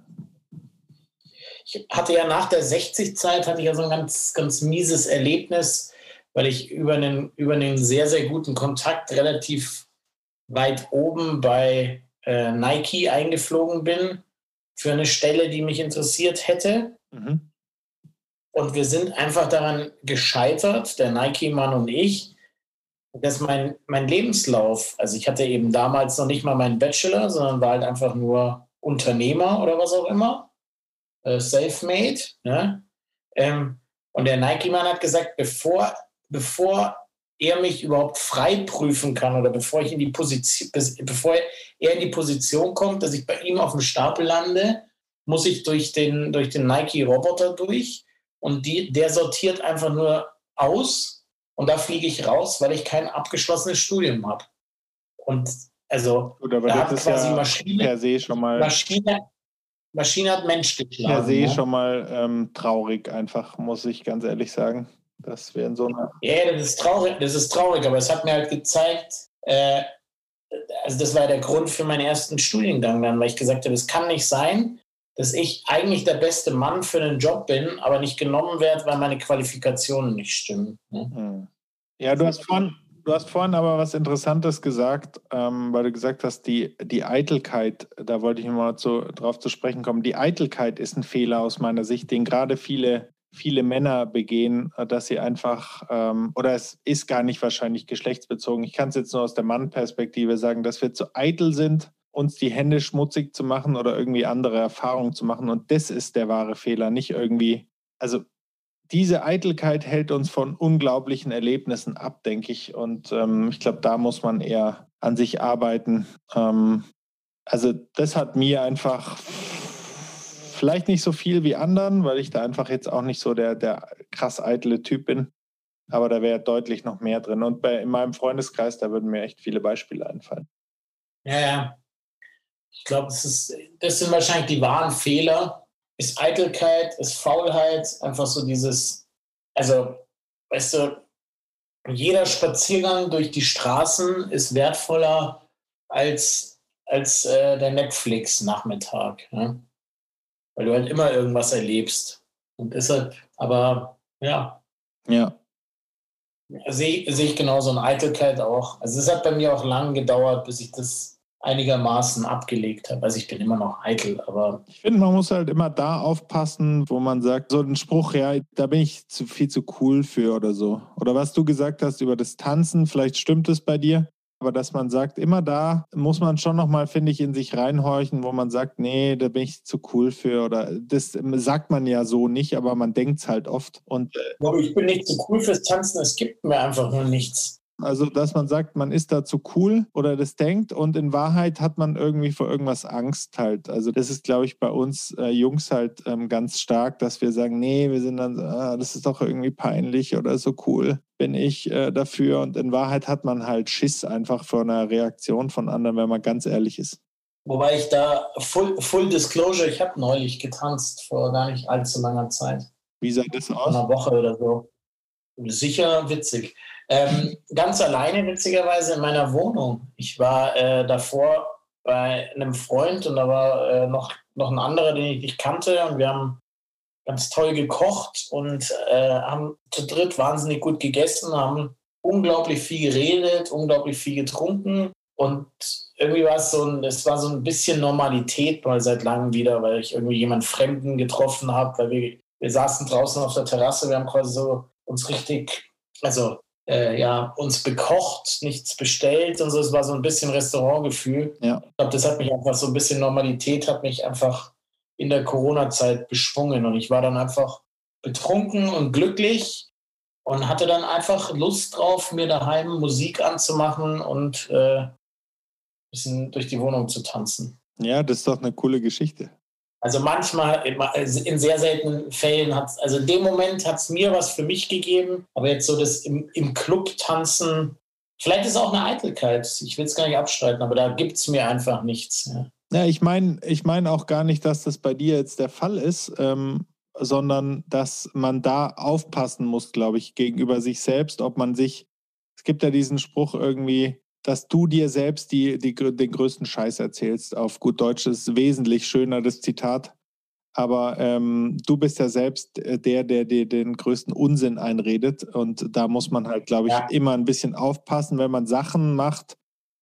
Ich hatte ja nach der sechzig-Zeit hatte ich ja so ein ganz, ganz mieses Erlebnis, weil ich über einen, über einen sehr, sehr guten Kontakt relativ weit oben bei äh, Nike eingeflogen bin für eine Stelle, die mich interessiert hätte. Mhm. Und wir sind einfach daran gescheitert, der Nike-Mann und ich, dass mein, mein Lebenslauf, also ich hatte eben damals noch nicht mal meinen Bachelor, sondern war halt einfach nur Unternehmer oder was auch immer, äh, self-made. Ne? Ähm, und der Nike-Mann hat gesagt, bevor, bevor er mich überhaupt frei prüfen kann oder bevor ich in die Position, bevor er in die Position kommt, dass ich bei ihm auf dem Stapel lande, muss ich durch den, durch den Nike-Roboter durch und die, der sortiert einfach nur aus und da fliege ich raus, weil ich kein abgeschlossenes Studium habe. Und also Gut, aber da das hat ist quasi ja Maschine, per se schon mal Maschine, Maschine hat Mensch per geschlagen. se Ne? schon mal ähm, traurig, einfach, muss ich ganz ehrlich sagen. Das wäre in so einer. Ja, das ist traurig, das ist traurig, aber es hat mir halt gezeigt, äh, also das war der Grund für meinen ersten Studiengang dann, weil ich gesagt habe, es kann nicht sein, dass ich eigentlich der beste Mann für einen Job bin, aber nicht genommen werde, weil meine Qualifikationen nicht stimmen. Ne? Ja, du hast vorhin, Du hast vorhin aber was Interessantes gesagt, ähm, weil du gesagt hast, die, die Eitelkeit, da wollte ich mal zu, drauf zu sprechen kommen. Die Eitelkeit ist ein Fehler aus meiner Sicht, den gerade viele, viele Männer begehen, dass sie einfach, ähm, oder es ist gar nicht wahrscheinlich geschlechtsbezogen. Ich kann es jetzt nur aus der Mannperspektive sagen, dass wir zu eitel sind, uns die Hände schmutzig zu machen oder irgendwie andere Erfahrungen zu machen. Und das ist der wahre Fehler, nicht irgendwie, also diese Eitelkeit hält uns von unglaublichen Erlebnissen ab, denke ich. Und ähm, ich glaube, da muss man eher an sich arbeiten. Ähm, also das hat mir einfach vielleicht nicht so viel wie anderen, weil ich da einfach jetzt auch nicht so der, der krass eitle Typ bin. Aber da wäre deutlich noch mehr drin. Und bei, in meinem Freundeskreis, da würden mir echt viele Beispiele einfallen. Ja, ja. Ich glaube, das, ist, das sind wahrscheinlich die wahren Fehler. Ist Eitelkeit, ist Faulheit, einfach so dieses, also, weißt du, jeder Spaziergang durch die Straßen ist wertvoller als, als äh, der Netflix-Nachmittag, ne? Weil du halt immer irgendwas erlebst. Und deshalb, aber ja. Ja. Sehe seh ich genauso in Eitelkeit auch. Also es hat bei mir auch lange gedauert, bis ich das einigermaßen abgelegt habe. Also ich bin immer noch eitel, aber... Ich finde, man muss halt immer da aufpassen, wo man sagt, so ein Spruch, ja, da bin ich zu viel zu cool für oder so. Oder was du gesagt hast über das Tanzen, vielleicht stimmt es bei dir, aber dass man sagt, immer da muss man schon nochmal, finde ich, in sich reinhorchen, wo man sagt, nee, da bin ich zu cool für oder das sagt man ja so nicht, aber man denkt es halt oft. Und, äh, ich bin nicht zu cool fürs Tanzen, es gibt mir einfach nur nichts. Also, dass man sagt, man ist da zu cool oder das denkt und in Wahrheit hat man irgendwie vor irgendwas Angst halt. Also das ist, glaube ich, bei uns äh, Jungs halt ähm, ganz stark, dass wir sagen, nee, wir sind dann, ah, das ist doch irgendwie peinlich oder so cool bin ich äh, dafür. Und in Wahrheit hat man halt Schiss einfach vor einer Reaktion von anderen, wenn man ganz ehrlich ist. Wobei ich da, Full, Full Disclosure, ich habe neulich getanzt vor gar nicht allzu langer Zeit. Wie sah das aus? Vor einer Woche oder so. Sicher witzig. Ähm, ganz alleine, witzigerweise, in meiner Wohnung. Ich war äh, davor bei einem Freund und da war äh, noch, noch ein anderer, den ich nicht kannte. Und wir haben ganz toll gekocht und äh, haben zu dritt wahnsinnig gut gegessen, haben unglaublich viel geredet, unglaublich viel getrunken. Und irgendwie war es so ein, es war so ein bisschen Normalität mal seit langem wieder, weil ich irgendwie jemanden Fremden getroffen habe, weil wir, wir saßen draußen auf der Terrasse, wir haben quasi so uns richtig, also äh, ja, uns bekocht, nichts bestellt und so. Es war so ein bisschen Restaurantgefühl. Ja. Ich glaube, das hat mich einfach so ein bisschen Normalität, hat mich einfach in der Corona-Zeit beschwungen und ich war dann einfach betrunken und glücklich und hatte dann einfach Lust drauf, mir daheim Musik anzumachen und äh, ein bisschen durch die Wohnung zu tanzen. Ja, das ist doch eine coole Geschichte. Also manchmal, in sehr seltenen Fällen hat es, also in dem Moment hat es mir was für mich gegeben, aber jetzt so das im, im Club tanzen, vielleicht ist es auch eine Eitelkeit, ich will es gar nicht abstreiten, aber da gibt es mir einfach nichts. Ja, ja ich meine ich mein auch gar nicht, dass das bei dir jetzt der Fall ist, ähm, sondern dass man da aufpassen muss, glaube ich, gegenüber sich selbst, ob man sich, es gibt ja diesen Spruch irgendwie, dass du dir selbst die, die, den größten Scheiß erzählst. Auf gut Deutsch ist wesentlich schöner, das Zitat. Aber ähm, du bist ja selbst der, der dir den größten Unsinn einredet. Und da muss man halt, glaube ich, ja. immer ein bisschen aufpassen, wenn man Sachen macht,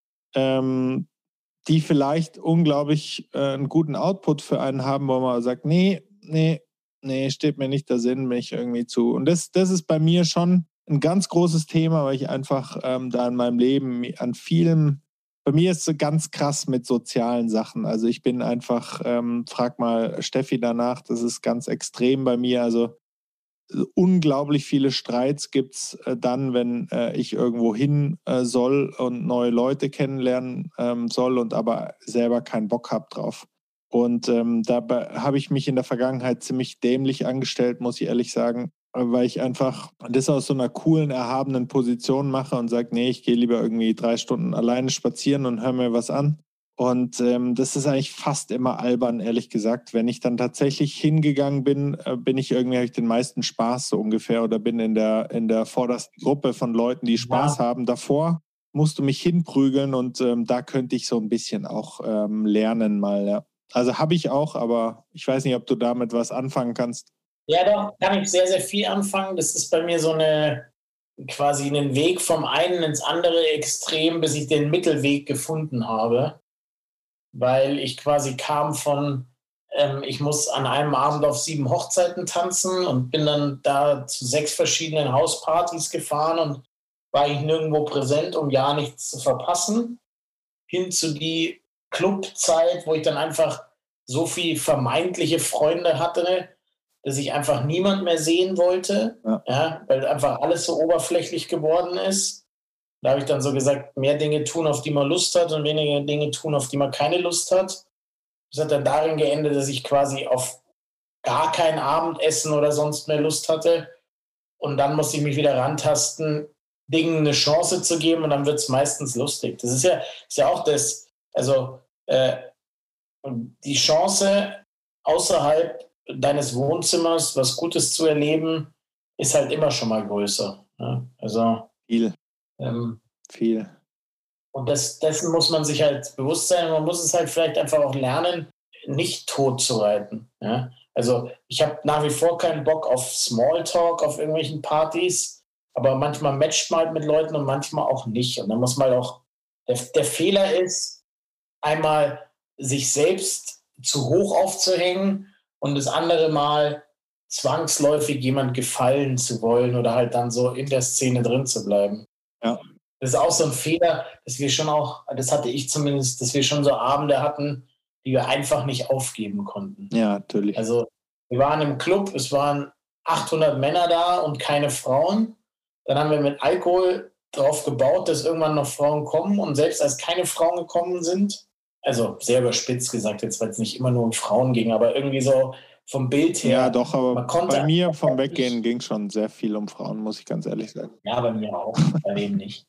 ähm, die vielleicht unglaublich äh, einen guten Output für einen haben, wo man sagt, nee, nee, nee, steht mir nicht der Sinn, mich irgendwie zu. Und das, das ist bei mir schon ein ganz großes Thema, weil ich einfach ähm, da in meinem Leben an vielem, bei mir ist es ganz krass mit sozialen Sachen. Also ich bin einfach, ähm, frag mal Steffi danach, das ist ganz extrem bei mir. Also unglaublich viele Streits gibt es äh, dann, wenn äh, ich irgendwo hin äh, soll und neue Leute kennenlernen ähm, soll und aber selber keinen Bock habe drauf. Und ähm, dabei habe ich mich in der Vergangenheit ziemlich dämlich angestellt, muss ich ehrlich sagen, weil ich einfach das aus so einer coolen, erhabenen Position mache und sage, nee, ich gehe lieber irgendwie drei Stunden alleine spazieren und höre mir was an. Und ähm, das ist eigentlich fast immer albern, ehrlich gesagt. Wenn ich dann tatsächlich hingegangen bin, äh, bin ich irgendwie, habe ich den meisten Spaß so ungefähr oder bin in der, in der vordersten Gruppe von Leuten, die Spaß ja. haben. Davor musst du mich hinprügeln und ähm, da könnte ich so ein bisschen auch ähm, lernen mal, ja. Also habe ich auch, aber ich weiß nicht, ob du damit was anfangen kannst. Ja, doch, kann ich sehr, sehr viel anfangen. Das ist bei mir so eine, quasi einen Weg vom einen ins andere Extrem, bis ich den Mittelweg gefunden habe. Weil ich quasi kam von, ähm, ich muss an einem Abend auf sieben Hochzeiten tanzen und bin dann da zu sechs verschiedenen Hauspartys gefahren und war ich nirgendwo präsent, um ja nichts zu verpassen, hin zu die Clubzeit, wo ich dann einfach so viel vermeintliche Freunde hatte, dass ich einfach niemand mehr sehen wollte, ja. Ja, weil einfach alles so oberflächlich geworden ist. Da habe ich dann so gesagt, mehr Dinge tun, auf die man Lust hat und weniger Dinge tun, auf die man keine Lust hat. Das hat dann darin geendet, dass ich quasi auf gar kein Abendessen oder sonst mehr Lust hatte. Und dann musste ich mich wieder rantasten, Dingen eine Chance zu geben und dann wird es meistens lustig. Das ist ja, ist ja auch das, also äh, die Chance außerhalb deines Wohnzimmers was Gutes zu erleben, ist halt immer schon mal größer. Ja? Also viel. Ähm, viel. Und das, dessen muss man sich halt bewusst sein. Man muss es halt vielleicht einfach auch lernen, nicht tot zu reiten. Ja? Also ich habe nach wie vor keinen Bock auf Smalltalk auf irgendwelchen Partys, aber manchmal matcht man halt mit Leuten und manchmal auch nicht. Und dann muss man auch, der, der Fehler ist, einmal sich selbst zu hoch aufzuhängen und das andere Mal zwangsläufig jemand gefallen zu wollen oder halt dann so in der Szene drin zu bleiben. Ja. Das ist auch so ein Fehler, dass wir schon auch, das hatte ich zumindest, dass wir schon so Abende hatten, die wir einfach nicht aufgeben konnten. Ja, natürlich. Also wir waren im Club, es waren achthundert Männer da und keine Frauen. Dann haben wir mit Alkohol darauf gebaut, dass irgendwann noch Frauen kommen und selbst als keine Frauen gekommen sind, also sehr überspitzt gesagt jetzt, weil es nicht immer nur um Frauen ging, aber irgendwie so vom Bild her. Ja, doch, aber bei mir vom Weggehen ging es schon sehr viel um Frauen, muss ich ganz ehrlich sagen. Ja, bei mir auch, bei dem nicht.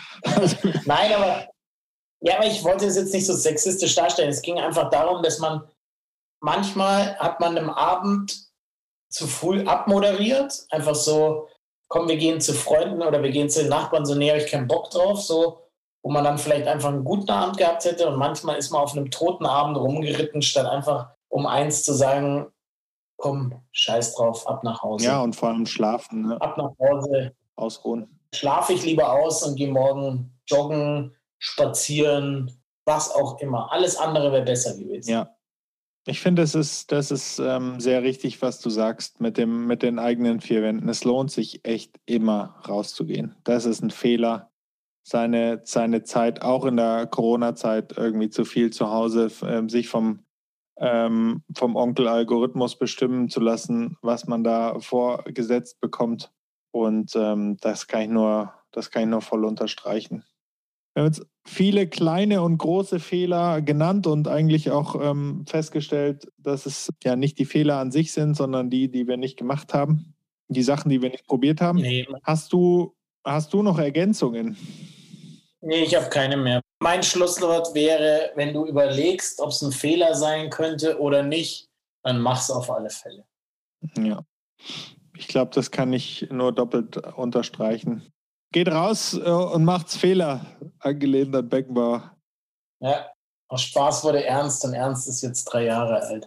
Nein, aber, ja, aber ich wollte es jetzt nicht so sexistisch darstellen. Es ging einfach darum, dass man manchmal hat man am Abend zu früh abmoderiert, einfach so, komm, wir gehen zu Freunden oder wir gehen zu den Nachbarn, so, nee, habe ich keinen Bock drauf, so, wo man dann vielleicht einfach einen guten Abend gehabt hätte und manchmal ist man auf einem toten Abend rumgeritten, statt einfach um eins zu sagen, komm, scheiß drauf, ab nach Hause. Ja, und vor allem schlafen. Ne? Ab nach Hause. Ausruhen. Schlafe ich lieber aus und gehe morgen joggen, spazieren, was auch immer. Alles andere wäre besser gewesen. Ja. Ich finde, das ist, das ist ähm, sehr richtig, was du sagst mit, dem, mit den eigenen vier Wänden. Es lohnt sich echt immer rauszugehen. Das ist ein Fehler, seine, seine Zeit, auch in der Corona-Zeit, irgendwie zu viel zu Hause, äh, sich vom, ähm, vom Onkel-Algorithmus bestimmen zu lassen, was man da vorgesetzt bekommt. Und ähm, das kann ich nur, das kann ich nur voll unterstreichen. Wir haben jetzt viele kleine und große Fehler genannt und eigentlich auch ähm, festgestellt, dass es ja nicht die Fehler an sich sind, sondern die, die wir nicht gemacht haben, die Sachen, die wir nicht probiert haben. Nee. Hast du, hast du noch Ergänzungen? Nee, ich habe keine mehr. Mein Schlusswort wäre, wenn du überlegst, ob es ein Fehler sein könnte oder nicht, dann mach's auf alle Fälle. Ja, ich glaube, das kann ich nur doppelt unterstreichen. Geht raus äh, und macht's Fehler, angelehnt an Beckenbauer. Ja, aus Spaß wurde ernst und Ernst ist jetzt drei Jahre alt.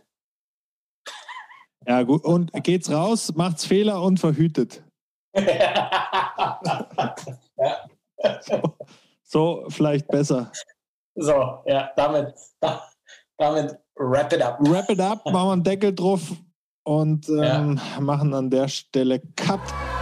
Ja, gut. Und geht's raus, macht's Fehler und verhütet. Ja. So, so vielleicht besser. So, ja, damit, damit wrap it up. Wrap it up, machen wir einen Deckel drauf und ähm, ja. machen an der Stelle Cut.